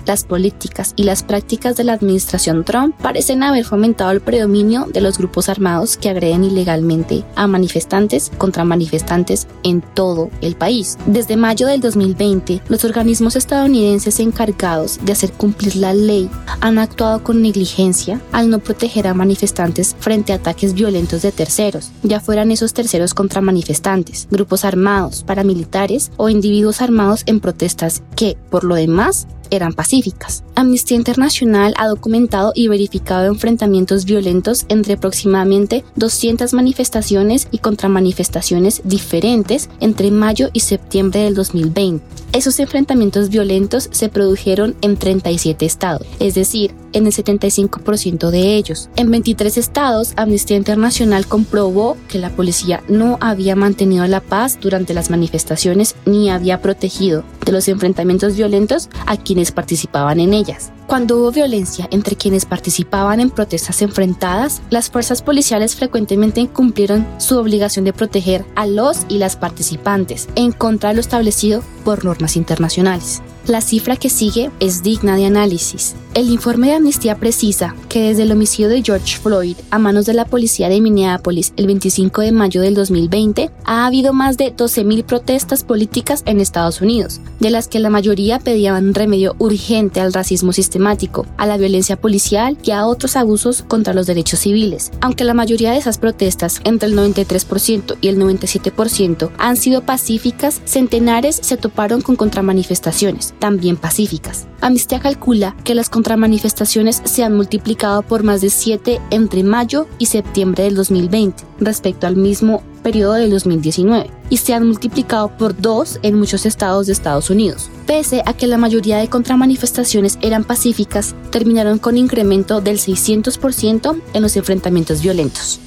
las políticas y las prácticas de la administración Trump parecen haber fomentado el predominio de los grupos armados que agreden ilegalmente a manifestantes contra manifestantes en todo el país. Desde mayo del dos mil veinte, los organismos estadounidenses encargados de hacer cumplir la ley han actuado con negligencia al no proteger a manifestantes frente a ataques violentos de terceros, ya fueran esos terceros contra manifestantes, grupos armados, paramilitares o individuos armados en protestas que, por lo demás, eran pacíficas. Amnistía Internacional ha documentado y verificado enfrentamientos violentos entre aproximadamente doscientas manifestaciones y contramanifestaciones diferentes entre mayo y septiembre del dos mil veinte. Esos enfrentamientos violentos se produjeron en treinta y siete estados, es decir, en el setenta y cinco por ciento de ellos. En veintitrés estados, Amnistía Internacional comprobó que la policía no había mantenido la paz durante las manifestaciones ni había protegido de los enfrentamientos violentos a quienes participaban en ellas. Cuando hubo violencia entre quienes participaban en protestas enfrentadas, las fuerzas policiales frecuentemente incumplieron su obligación de proteger a los y las participantes en contra de lo establecido por normas internacionales. La cifra que sigue es digna de análisis. El informe de Amnistía precisa que desde el homicidio de George Floyd a manos de la policía de Minneapolis el veinticinco de mayo del dos mil veinte, ha habido más de doce mil protestas políticas en Estados Unidos, de las que la mayoría pedían un remedio urgente al racismo sistemático, a la violencia policial y a otros abusos contra los derechos civiles. Aunque la mayoría de esas protestas, entre el noventa y tres por ciento y el noventa y siete por ciento, han sido pacíficas, centenares se toparon con contramanifestaciones, también pacíficas. Amnistía calcula que las contramanifestaciones se han multiplicado por más de siete entre mayo y septiembre del dos mil veinte, respecto al mismo periodo del dos mil diecinueve, y se han multiplicado por dos en muchos estados de Estados Unidos. Pese a que la mayoría de contramanifestaciones eran pacíficas, terminaron con incremento del seiscientos por ciento en los enfrentamientos violentos.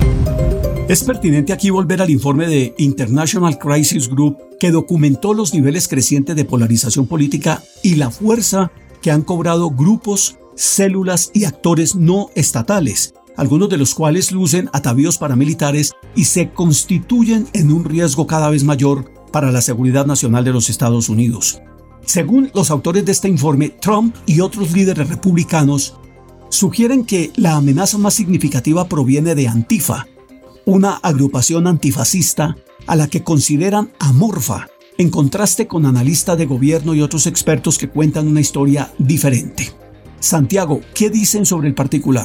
Es pertinente aquí volver al informe de International Crisis Group, que documentó los niveles crecientes de polarización política y la fuerza que han cobrado grupos, células y actores no estatales, algunos de los cuales lucen atavíos paramilitares y se constituyen en un riesgo cada vez mayor para la seguridad nacional de los Estados Unidos. Según los autores de este informe, Trump y otros líderes republicanos sugieren que la amenaza más significativa proviene de Antifa, una agrupación antifascista a la que consideran amorfa, en contraste con analistas de gobierno y otros expertos que cuentan una historia diferente. Santiago, ¿qué dicen sobre el particular?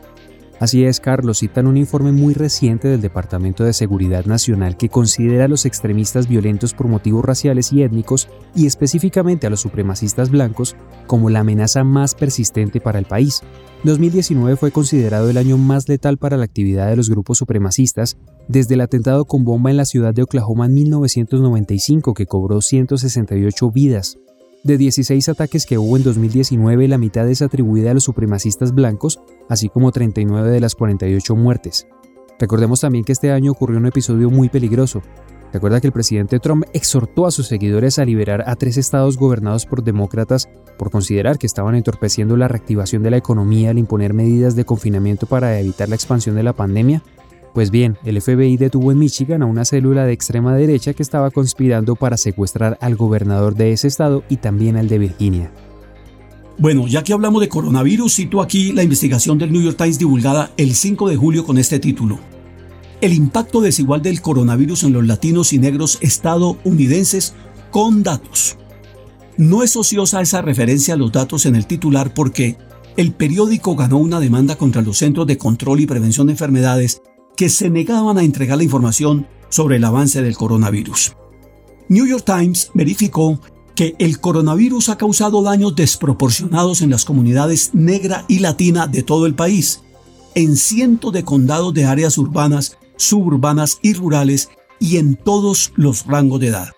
Así es, Carlos, citan un informe muy reciente del Departamento de Seguridad Nacional que considera a los extremistas violentos por motivos raciales y étnicos, y específicamente a los supremacistas blancos, como la amenaza más persistente para el país. dos mil diecinueve fue considerado el año más letal para la actividad de los grupos supremacistas, desde el atentado con bomba en la ciudad de Oklahoma en mil novecientos noventa y cinco, que cobró ciento sesenta y ocho vidas. De dieciséis ataques que hubo en dos mil diecinueve, la mitad es atribuida a los supremacistas blancos, así como treinta y nueve de las cuarenta y ocho muertes. Recordemos también que este año ocurrió un episodio muy peligroso. Recuerda que el presidente Trump exhortó a sus seguidores a liberar a tres estados gobernados por demócratas por considerar que estaban entorpeciendo la reactivación de la economía al imponer medidas de confinamiento para evitar la expansión de la pandemia. Pues bien, el F B I detuvo en Michigan a una célula de extrema derecha que estaba conspirando para secuestrar al gobernador de ese estado y también al de Virginia. Bueno, ya que hablamos de coronavirus, cito aquí la investigación del New York Times divulgada el cinco de julio con este título: El impacto desigual del coronavirus en los latinos y negros estadounidenses con datos. No es ociosa esa referencia a los datos en el titular porque el periódico ganó una demanda contra los Centros de Control y Prevención de Enfermedades que se negaban a entregar la información sobre el avance del coronavirus. New York Times verificó que el coronavirus ha causado daños desproporcionados en las comunidades negra y latina de todo el país, en cientos de condados de áreas urbanas, suburbanas y rurales y en todos los rangos de edad.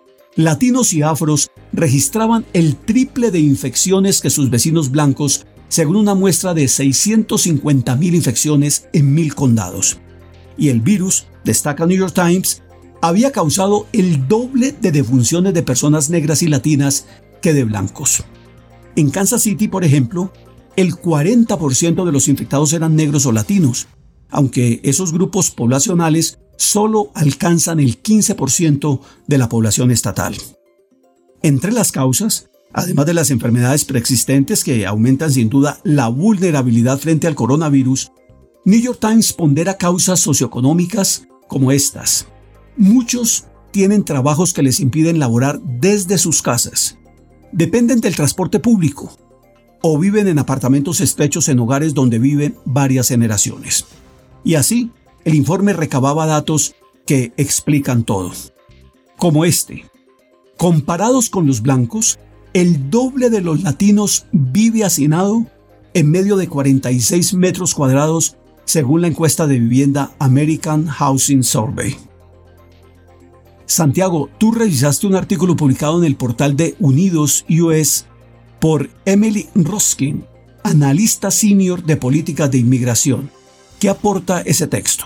Latinos y afros registraban el triple de infecciones que sus vecinos blancos, según una muestra de seiscientas cincuenta mil infecciones en mil condados. Y el virus, destaca New York Times, había causado el doble de defunciones de personas negras y latinas que de blancos. En Kansas City, por ejemplo, el cuarenta por ciento de los infectados eran negros o latinos, aunque esos grupos poblacionales solo alcanzan el quince por ciento de la población estatal. Entre las causas, Además de las enfermedades preexistentes que aumentan sin duda la vulnerabilidad frente al coronavirus, New York Times pondera causas socioeconómicas como estas. Muchos tienen trabajos que les impiden laborar desde sus casas, dependen del transporte público o viven en apartamentos estrechos en hogares donde viven varias generaciones. Y así, el informe recababa datos que explican todo. Como este. Comparados con los blancos, el doble de los latinos vive hacinado en medio de cuarenta y seis metros cuadrados, según la encuesta de vivienda American Housing Survey. Santiago, tú revisaste un artículo publicado en el portal de Unidos U S por Emily Ruskin, analista senior de políticas de inmigración. ¿Qué aporta ese texto?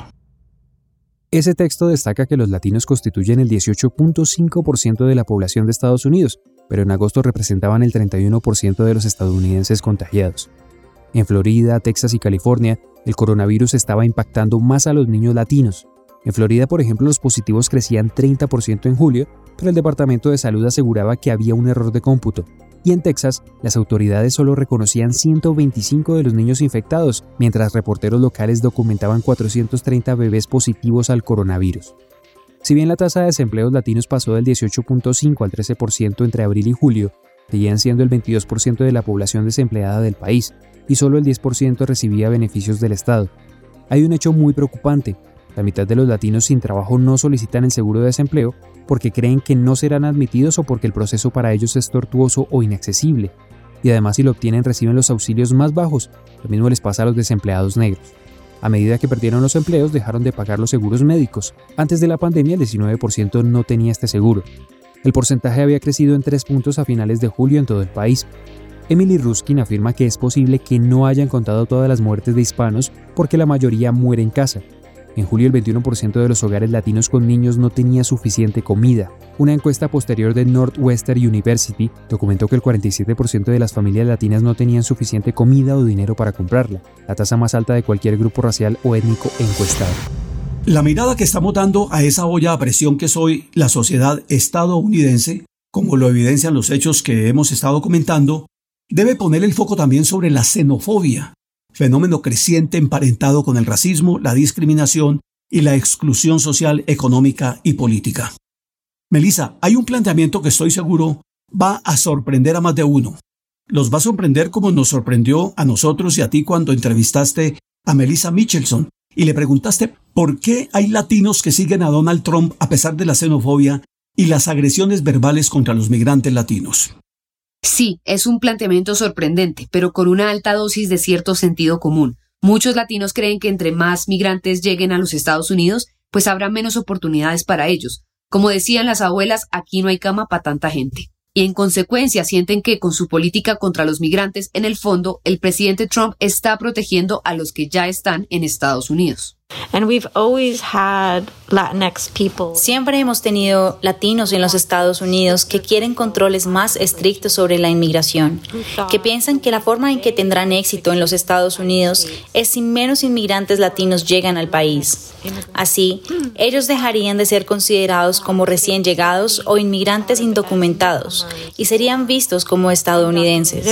Ese texto destaca que los latinos constituyen el dieciocho punto cinco por ciento de la población de Estados Unidos, pero en agosto representaban el treinta y uno por ciento de los estadounidenses contagiados. En Florida, Texas y California, el coronavirus estaba impactando más a los niños latinos. En Florida, por ejemplo, los positivos crecían treinta por ciento en julio, pero el Departamento de Salud aseguraba que había un error de cómputo. Y en Texas, las autoridades solo reconocían ciento veinticinco de los niños infectados, mientras reporteros locales documentaban cuatrocientos treinta bebés positivos al coronavirus. Si bien la tasa de desempleos latinos pasó del dieciocho punto cinco al trece por ciento entre abril y julio, seguían siendo el veintidós por ciento de la población desempleada del país, y solo el diez por ciento recibía beneficios del Estado. Hay un hecho muy preocupante. La mitad de los latinos sin trabajo no solicitan el seguro de desempleo porque creen que no serán admitidos o porque el proceso para ellos es tortuoso o inaccesible. Y además, si lo obtienen, reciben los auxilios más bajos. Lo mismo les pasa a los desempleados negros. A medida que perdieron los empleos, dejaron de pagar los seguros médicos. Antes de la pandemia, el diecinueve por ciento no tenía este seguro. El porcentaje había crecido en tres puntos a finales de julio en todo el país. Emily Ruskin afirma que es posible que no hayan contado todas las muertes de hispanos porque la mayoría muere en casa. En julio, el veintiuno por ciento de los hogares latinos con niños no tenía suficiente comida. Una encuesta posterior de Northwestern University documentó que el cuarenta y siete por ciento de las familias latinas no tenían suficiente comida o dinero para comprarla, la tasa más alta de cualquier grupo racial o étnico encuestado. La mirada que estamos dando a esa olla a presión que es hoy la sociedad estadounidense, como lo evidencian los hechos que hemos estado comentando, debe poner el foco también sobre la xenofobia, fenómeno creciente emparentado con el racismo, la discriminación y la exclusión social, económica y política. Melissa, hay un planteamiento que estoy seguro va a sorprender a más de uno. Los va a sorprender como nos sorprendió a nosotros y a ti cuando entrevistaste a Melissa Michelson y le preguntaste por qué hay latinos que siguen a Donald Trump a pesar de la xenofobia y las agresiones verbales contra los migrantes latinos. Sí, es un planteamiento sorprendente, pero con una alta dosis de cierto sentido común. Muchos latinos creen que entre más migrantes lleguen a los Estados Unidos, pues habrá menos oportunidades para ellos. Como decían las abuelas, aquí no hay cama para tanta gente. Y en consecuencia sienten que con su política contra los migrantes, en el fondo, el presidente Trump está protegiendo a los que ya están en Estados Unidos. And we've always had Latinx people. Siempre hemos tenido latinos en los Estados Unidos que quieren controles más estrictos sobre la inmigración, que piensan que la forma en que tendrán éxito en los Estados Unidos es si menos inmigrantes latinos llegan al país. Así, ellos dejarían de ser considerados como recién llegados o inmigrantes indocumentados y serían vistos como estadounidenses.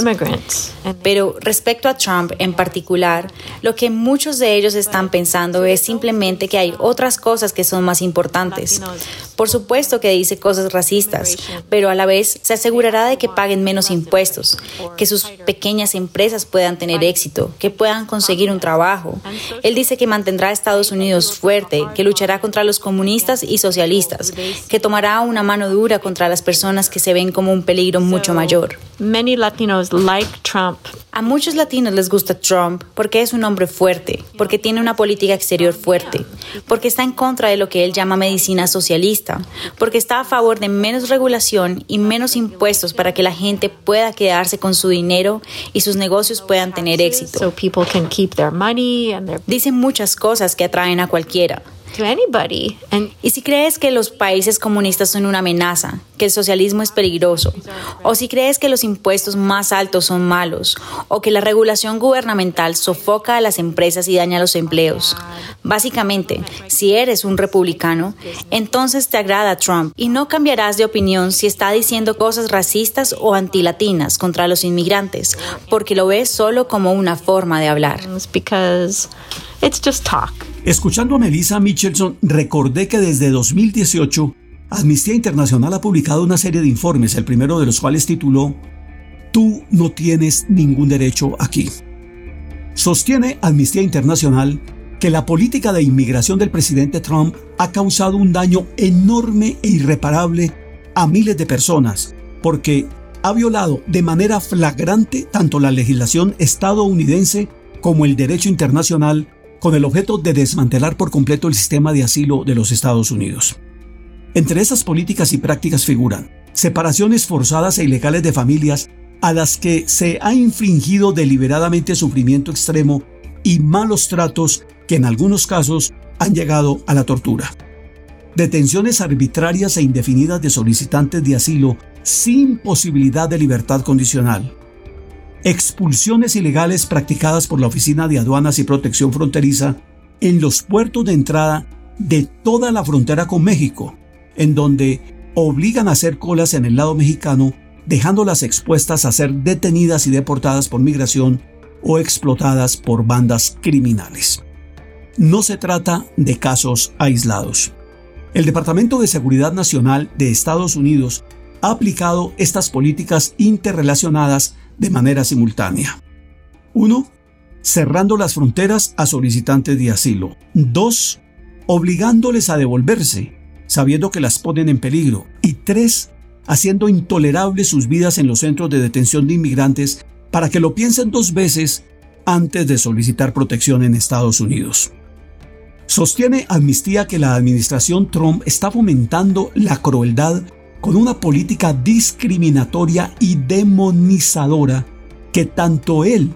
Pero respecto a Trump en particular, lo que muchos de ellos están pensando es simplemente que hay otras cosas que son más importantes. Por supuesto que dice cosas racistas, pero a la vez se asegurará de que paguen menos impuestos, que sus pequeñas empresas puedan tener éxito, que puedan conseguir un trabajo. Él dice que mantendrá a Estados Unidos fuerte, que luchará contra los comunistas y socialistas, que tomará una mano dura contra las personas que se ven como un peligro mucho mayor. Many Latinos like Trump. A muchos latinos les gusta Trump porque es un hombre fuerte, porque tiene una política exterior fuerte, porque está en contra de lo que él llama medicina socialista, porque está a favor de menos regulación y menos impuestos para que la gente pueda quedarse con su dinero y sus negocios puedan tener éxito. So people can keep their money and their... Dice muchas cosas que atraen a cualquiera. to anybody. And y si crees que los países comunistas son una amenaza, que el socialismo es peligroso, o si crees que los impuestos más altos son malos, o que la regulación gubernamental sofoca a las empresas y daña los empleos. Básicamente, si eres un republicano, entonces te agrada Trump y no cambiarás de opinión si está diciendo cosas racistas o antilatinas contra los inmigrantes, porque lo ves solo como una forma de hablar. Because it's just talk. Escuchando a Melissa Michelson, recordé que desde dos mil dieciocho, Amnistía Internacional ha publicado una serie de informes, el primero de los cuales tituló «Tú no tienes ningún derecho aquí». Sostiene Amnistía Internacional que la política de inmigración del presidente Trump ha causado un daño enorme e irreparable a miles de personas, porque ha violado de manera flagrante tanto la legislación estadounidense como el derecho internacional, con el objeto de desmantelar por completo el sistema de asilo de los Estados Unidos. Entre esas políticas y prácticas figuran separaciones forzadas e ilegales de familias a las que se ha infligido deliberadamente sufrimiento extremo y malos tratos que en algunos casos han llegado a la tortura. Detenciones arbitrarias e indefinidas de solicitantes de asilo sin posibilidad de libertad condicional. Expulsiones ilegales practicadas por la Oficina de Aduanas y Protección Fronteriza en los puertos de entrada de toda la frontera con México, en donde obligan a hacer colas en el lado mexicano, dejándolas expuestas a ser detenidas y deportadas por migración o explotadas por bandas criminales. No se trata de casos aislados. El Departamento de Seguridad Nacional de Estados Unidos ha aplicado estas políticas interrelacionadas de manera simultánea. uno. Cerrando las fronteras a solicitantes de asilo. dos. Obligándoles a devolverse, sabiendo que las ponen en peligro. Y tres. Haciendo intolerables sus vidas en los centros de detención de inmigrantes para que lo piensen dos veces antes de solicitar protección en Estados Unidos. Sostiene Amnistía que la administración Trump está fomentando la crueldad con una política discriminatoria y demonizadora que tanto él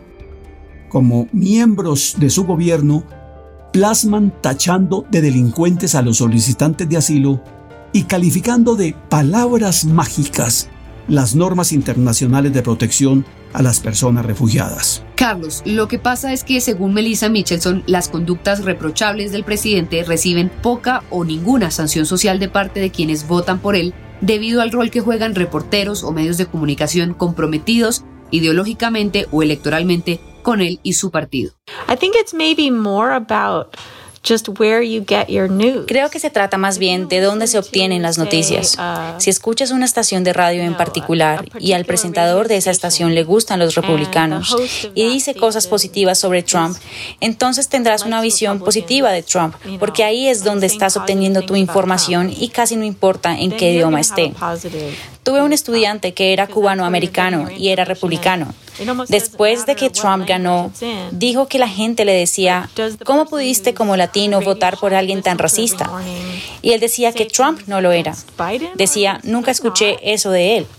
como miembros de su gobierno plasman tachando de delincuentes a los solicitantes de asilo y calificando de palabras mágicas las normas internacionales de protección a las personas refugiadas. Carlos, lo que pasa es que según Melissa Michelson, las conductas reprochables del presidente reciben poca o ninguna sanción social de parte de quienes votan por él, debido al rol que juegan reporteros o medios de comunicación comprometidos ideológicamente o electoralmente con él y su partido. I think it's maybe more about just where you get your news. Creo que se trata más bien de dónde se obtienen las noticias. Si escuchas una estación de radio en particular y al presentador de esa estación le gustan los republicanos y dice cosas positivas sobre Trump, entonces tendrás una visión positiva de Trump, porque ahí es donde estás obteniendo tu información y casi no importa en qué idioma esté. Tuve un estudiante que era cubano-americano y era republicano. Después de que Trump ganó, dijo que la gente le decía, ¿cómo pudiste como latino votar por alguien tan racista? Y él decía que Trump no lo era. Decía, nunca escuché eso de él.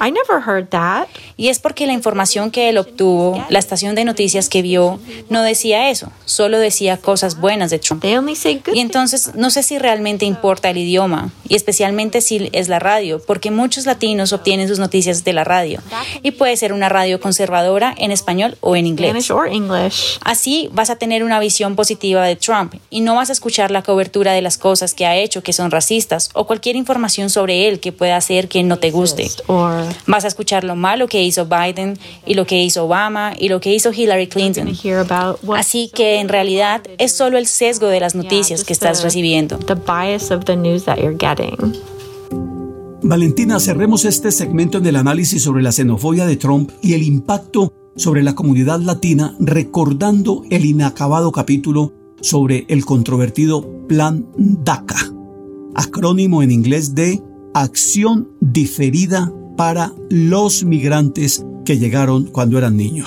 Y es porque la información que él obtuvo, la estación de noticias que vio, no decía eso, solo decía cosas buenas de Trump. Y entonces no sé si realmente importa el idioma, y especialmente si es la radio, porque muchos latinos obtienen sus noticias de la radio, y puede ser una radio conservadora en español o en inglés. Así vas a tener una visión positiva de Trump y no vas a escuchar la cobertura de las cosas que ha hecho que son racistas o cualquier información sobre él que pueda hacer que no te guste. Vas a escuchar lo malo que hizo Biden y lo que hizo Obama y lo que hizo Hillary Clinton. Así que en realidad es solo el sesgo de las noticias que estás recibiendo. Valentina, cerremos este segmento en el análisis sobre la xenofobia de Trump y el impacto sobre la comunidad latina, recordando el inacabado capítulo sobre el controvertido Plan DACA, acrónimo en inglés de Acción Diferida para los Migrantes que llegaron cuando eran niños.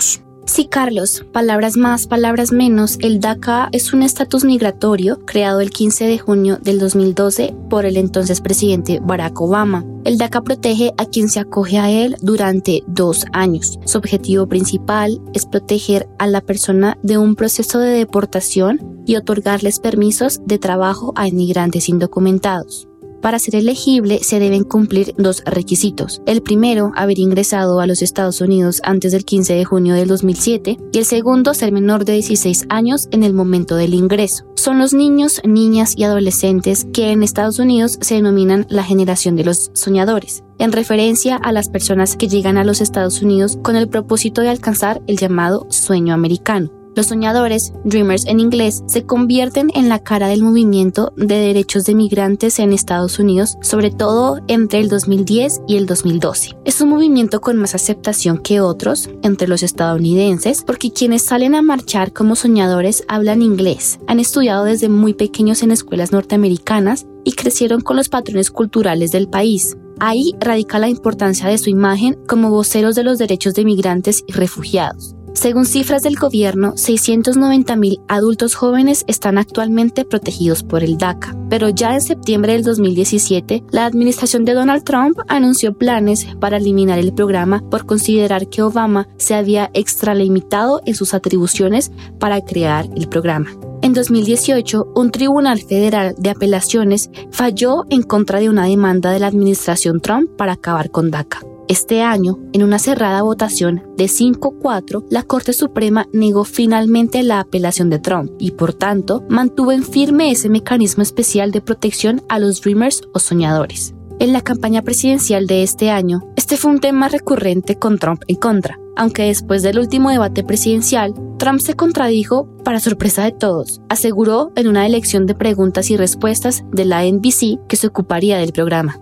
Sí, Carlos, palabras más, palabras menos, el DACA es un estatus migratorio creado el quince de junio del dos mil doce por el entonces presidente Barack Obama. El DACA protege a quien se acoge a él durante dos años. Su objetivo principal es proteger a la persona de un proceso de deportación y otorgarles permisos de trabajo a inmigrantes indocumentados. Para ser elegible se deben cumplir dos requisitos. El primero, haber ingresado a los Estados Unidos antes del quince de junio del dos mil siete y el segundo, ser menor de dieciséis años en el momento del ingreso. Son los niños, niñas y adolescentes que en Estados Unidos se denominan la generación de los soñadores, en referencia a las personas que llegan a los Estados Unidos con el propósito de alcanzar el llamado sueño americano. Los soñadores, Dreamers en inglés, se convierten en la cara del movimiento de derechos de migrantes en Estados Unidos, sobre todo entre el dos mil diez y el dos mil doce. Es un movimiento con más aceptación que otros entre los estadounidenses, porque quienes salen a marchar como soñadores hablan inglés, han estudiado desde muy pequeños en escuelas norteamericanas y crecieron con los patrones culturales del país. Ahí radica la importancia de su imagen como voceros de los derechos de migrantes y refugiados. Según cifras del gobierno, seiscientos noventa mil adultos jóvenes están actualmente protegidos por el DACA. Pero ya en septiembre del dos mil diecisiete, la administración de Donald Trump anunció planes para eliminar el programa por considerar que Obama se había extralimitado en sus atribuciones para crear el programa. En dos mil dieciocho, un tribunal federal de apelaciones falló en contra de una demanda de la administración Trump para acabar con DACA. Este año, en una cerrada votación de cinco a cuatro, la Corte Suprema negó finalmente la apelación de Trump y, por tanto, mantuvo en firme ese mecanismo especial de protección a los Dreamers o soñadores. En la campaña presidencial de este año, este fue un tema recurrente con Trump en contra, aunque después del último debate presidencial, Trump se contradijo para sorpresa de todos. Aseguró en una elección de preguntas y respuestas de la N B C que se ocuparía del programa.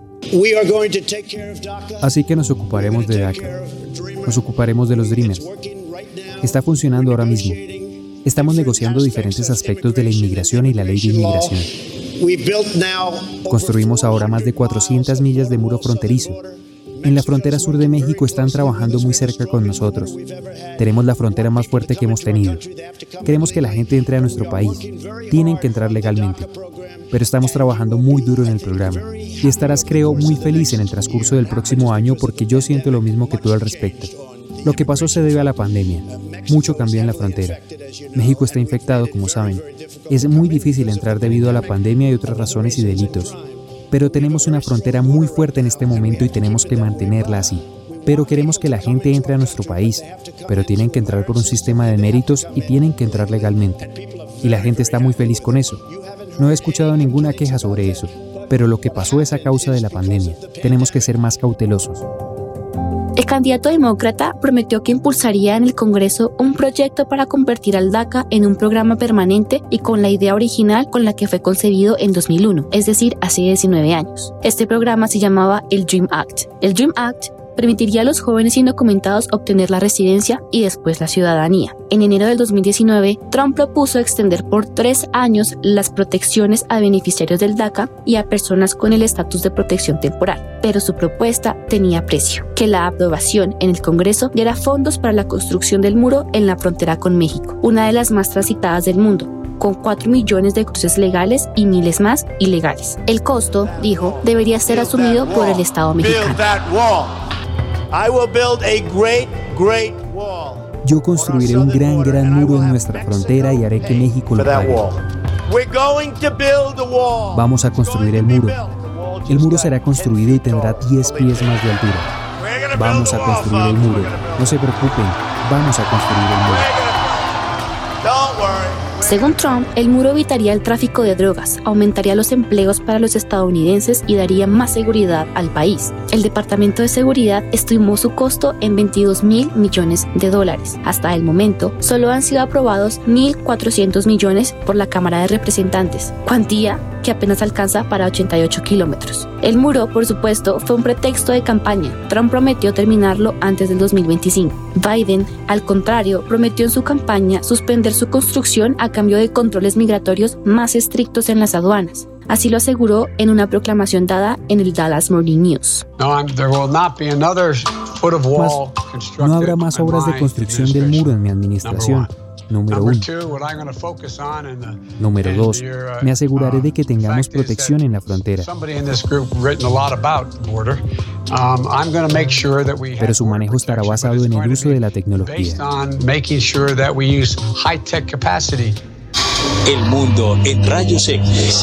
Así que nos ocuparemos de DACA, nos ocuparemos de los Dreamers. Está funcionando ahora mismo. Estamos negociando diferentes aspectos de la inmigración y la ley de inmigración. Construimos ahora más de cuatrocientas millas de muro fronterizo. En la frontera sur de México están trabajando muy cerca con nosotros. Tenemos la frontera más fuerte que hemos tenido. Queremos que la gente entre a nuestro país. Tienen que entrar legalmente. Pero estamos trabajando muy duro en el programa. Y estarás, creo, muy feliz en el transcurso del próximo año porque yo siento lo mismo que tú al respecto. Lo que pasó se debe a la pandemia. Mucho cambió en la frontera. México está infectado, como saben. Es muy difícil entrar debido a la pandemia y otras razones y delitos. Pero tenemos una frontera muy fuerte en este momento y tenemos que mantenerla así. Pero queremos que la gente entre a nuestro país, pero tienen que entrar por un sistema de méritos y tienen que entrar legalmente. Y la gente está muy feliz con eso. No he escuchado ninguna queja sobre eso, pero lo que pasó es a causa de la pandemia. Tenemos que ser más cautelosos. El candidato demócrata prometió que impulsaría en el Congreso un proyecto para convertir al DACA en un programa permanente y con la idea original con la que fue concebido en dos mil uno, es decir, hace diecinueve años. Este programa se llamaba el Dream Act. El Dream Act permitiría a los jóvenes indocumentados obtener la residencia y después la ciudadanía. En enero del dos mil diecinueve, Trump propuso extender por tres años las protecciones a beneficiarios del DACA y a personas con el estatus de protección temporal, pero su propuesta tenía precio, que la aprobación en el Congreso diera fondos para la construcción del muro en la frontera con México, una de las más transitadas del mundo, con cuatro millones de cruces legales y miles más ilegales. El costo, dijo, debería ser asumido por el Estado mexicano. Yo construiré un gran, gran muro en nuestra frontera y haré que México lo pague. Vamos a construir el muro. El muro será construido y tendrá diez pies más de altura. Vamos a construir el muro. No se preocupen, vamos a construir el muro. Según Trump, el muro evitaría el tráfico de drogas, aumentaría los empleos para los estadounidenses y daría más seguridad al país. El Departamento de Seguridad estimó su costo en veintidós mil millones de dólares. Hasta el momento, solo han sido aprobados mil cuatrocientos millones por la Cámara de Representantes, cuantía que apenas alcanza para ochenta y ocho kilómetros. El muro, por supuesto, fue un pretexto de campaña. Trump prometió terminarlo antes del dos mil veinticinco. Biden, al contrario, prometió en su campaña suspender su construcción a cambio de controles migratorios más estrictos en las aduanas. Así lo aseguró en una proclamación dada en el Dallas Morning News. Mas no habrá más obras de construcción del muro en mi administración. Número uno. Número dos, me aseguraré de que tengamos protección en la frontera. Pero su manejo estará basado en el uso de la tecnología. El mundo en rayos X.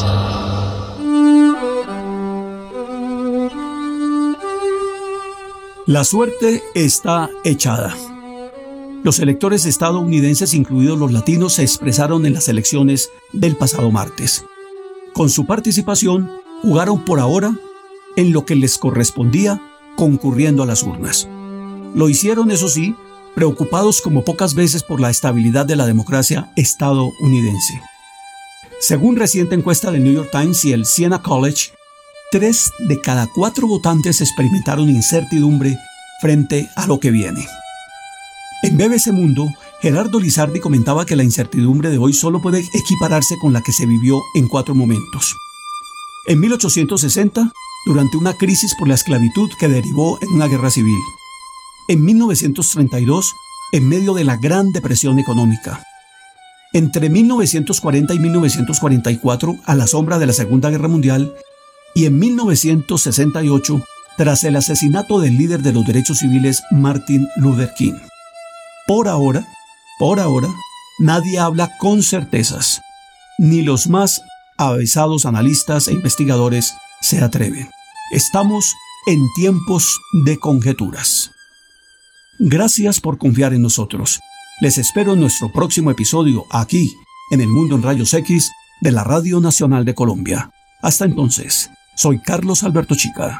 La suerte está echada. Los electores estadounidenses, incluidos los latinos, se expresaron en las elecciones del pasado martes. Con su participación, jugaron por ahora en lo que les correspondía, concurriendo a las urnas. Lo hicieron, eso sí, preocupados como pocas veces por la estabilidad de la democracia estadounidense. Según reciente encuesta del New York Times y el Siena College, tres de cada cuatro votantes experimentaron incertidumbre frente a lo que viene. En B B C Mundo, Gerardo Lizardi comentaba que la incertidumbre de hoy solo puede equipararse con la que se vivió en cuatro momentos. En mil ochocientos sesenta, durante una crisis por la esclavitud que derivó en una guerra civil. En mil novecientos treinta y dos, en medio de la Gran Depresión económica. Entre mil novecientos cuarenta y mil novecientos cuarenta y cuatro, a la sombra de la Segunda Guerra Mundial, y en mil novecientos sesenta y ocho, tras el asesinato del líder de los derechos civiles Martin Luther King. Por ahora, por ahora, nadie habla con certezas. Ni los más avesados analistas e investigadores se atreven. Estamos en tiempos de conjeturas. Gracias por confiar en nosotros. Les espero en nuestro próximo episodio aquí, en El Mundo en Rayos X, de la Radio Nacional de Colombia. Hasta entonces, soy Carlos Alberto Chica.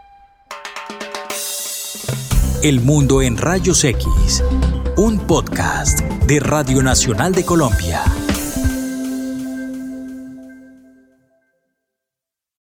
El Mundo en Rayos X, un podcast de Radio Nacional de Colombia.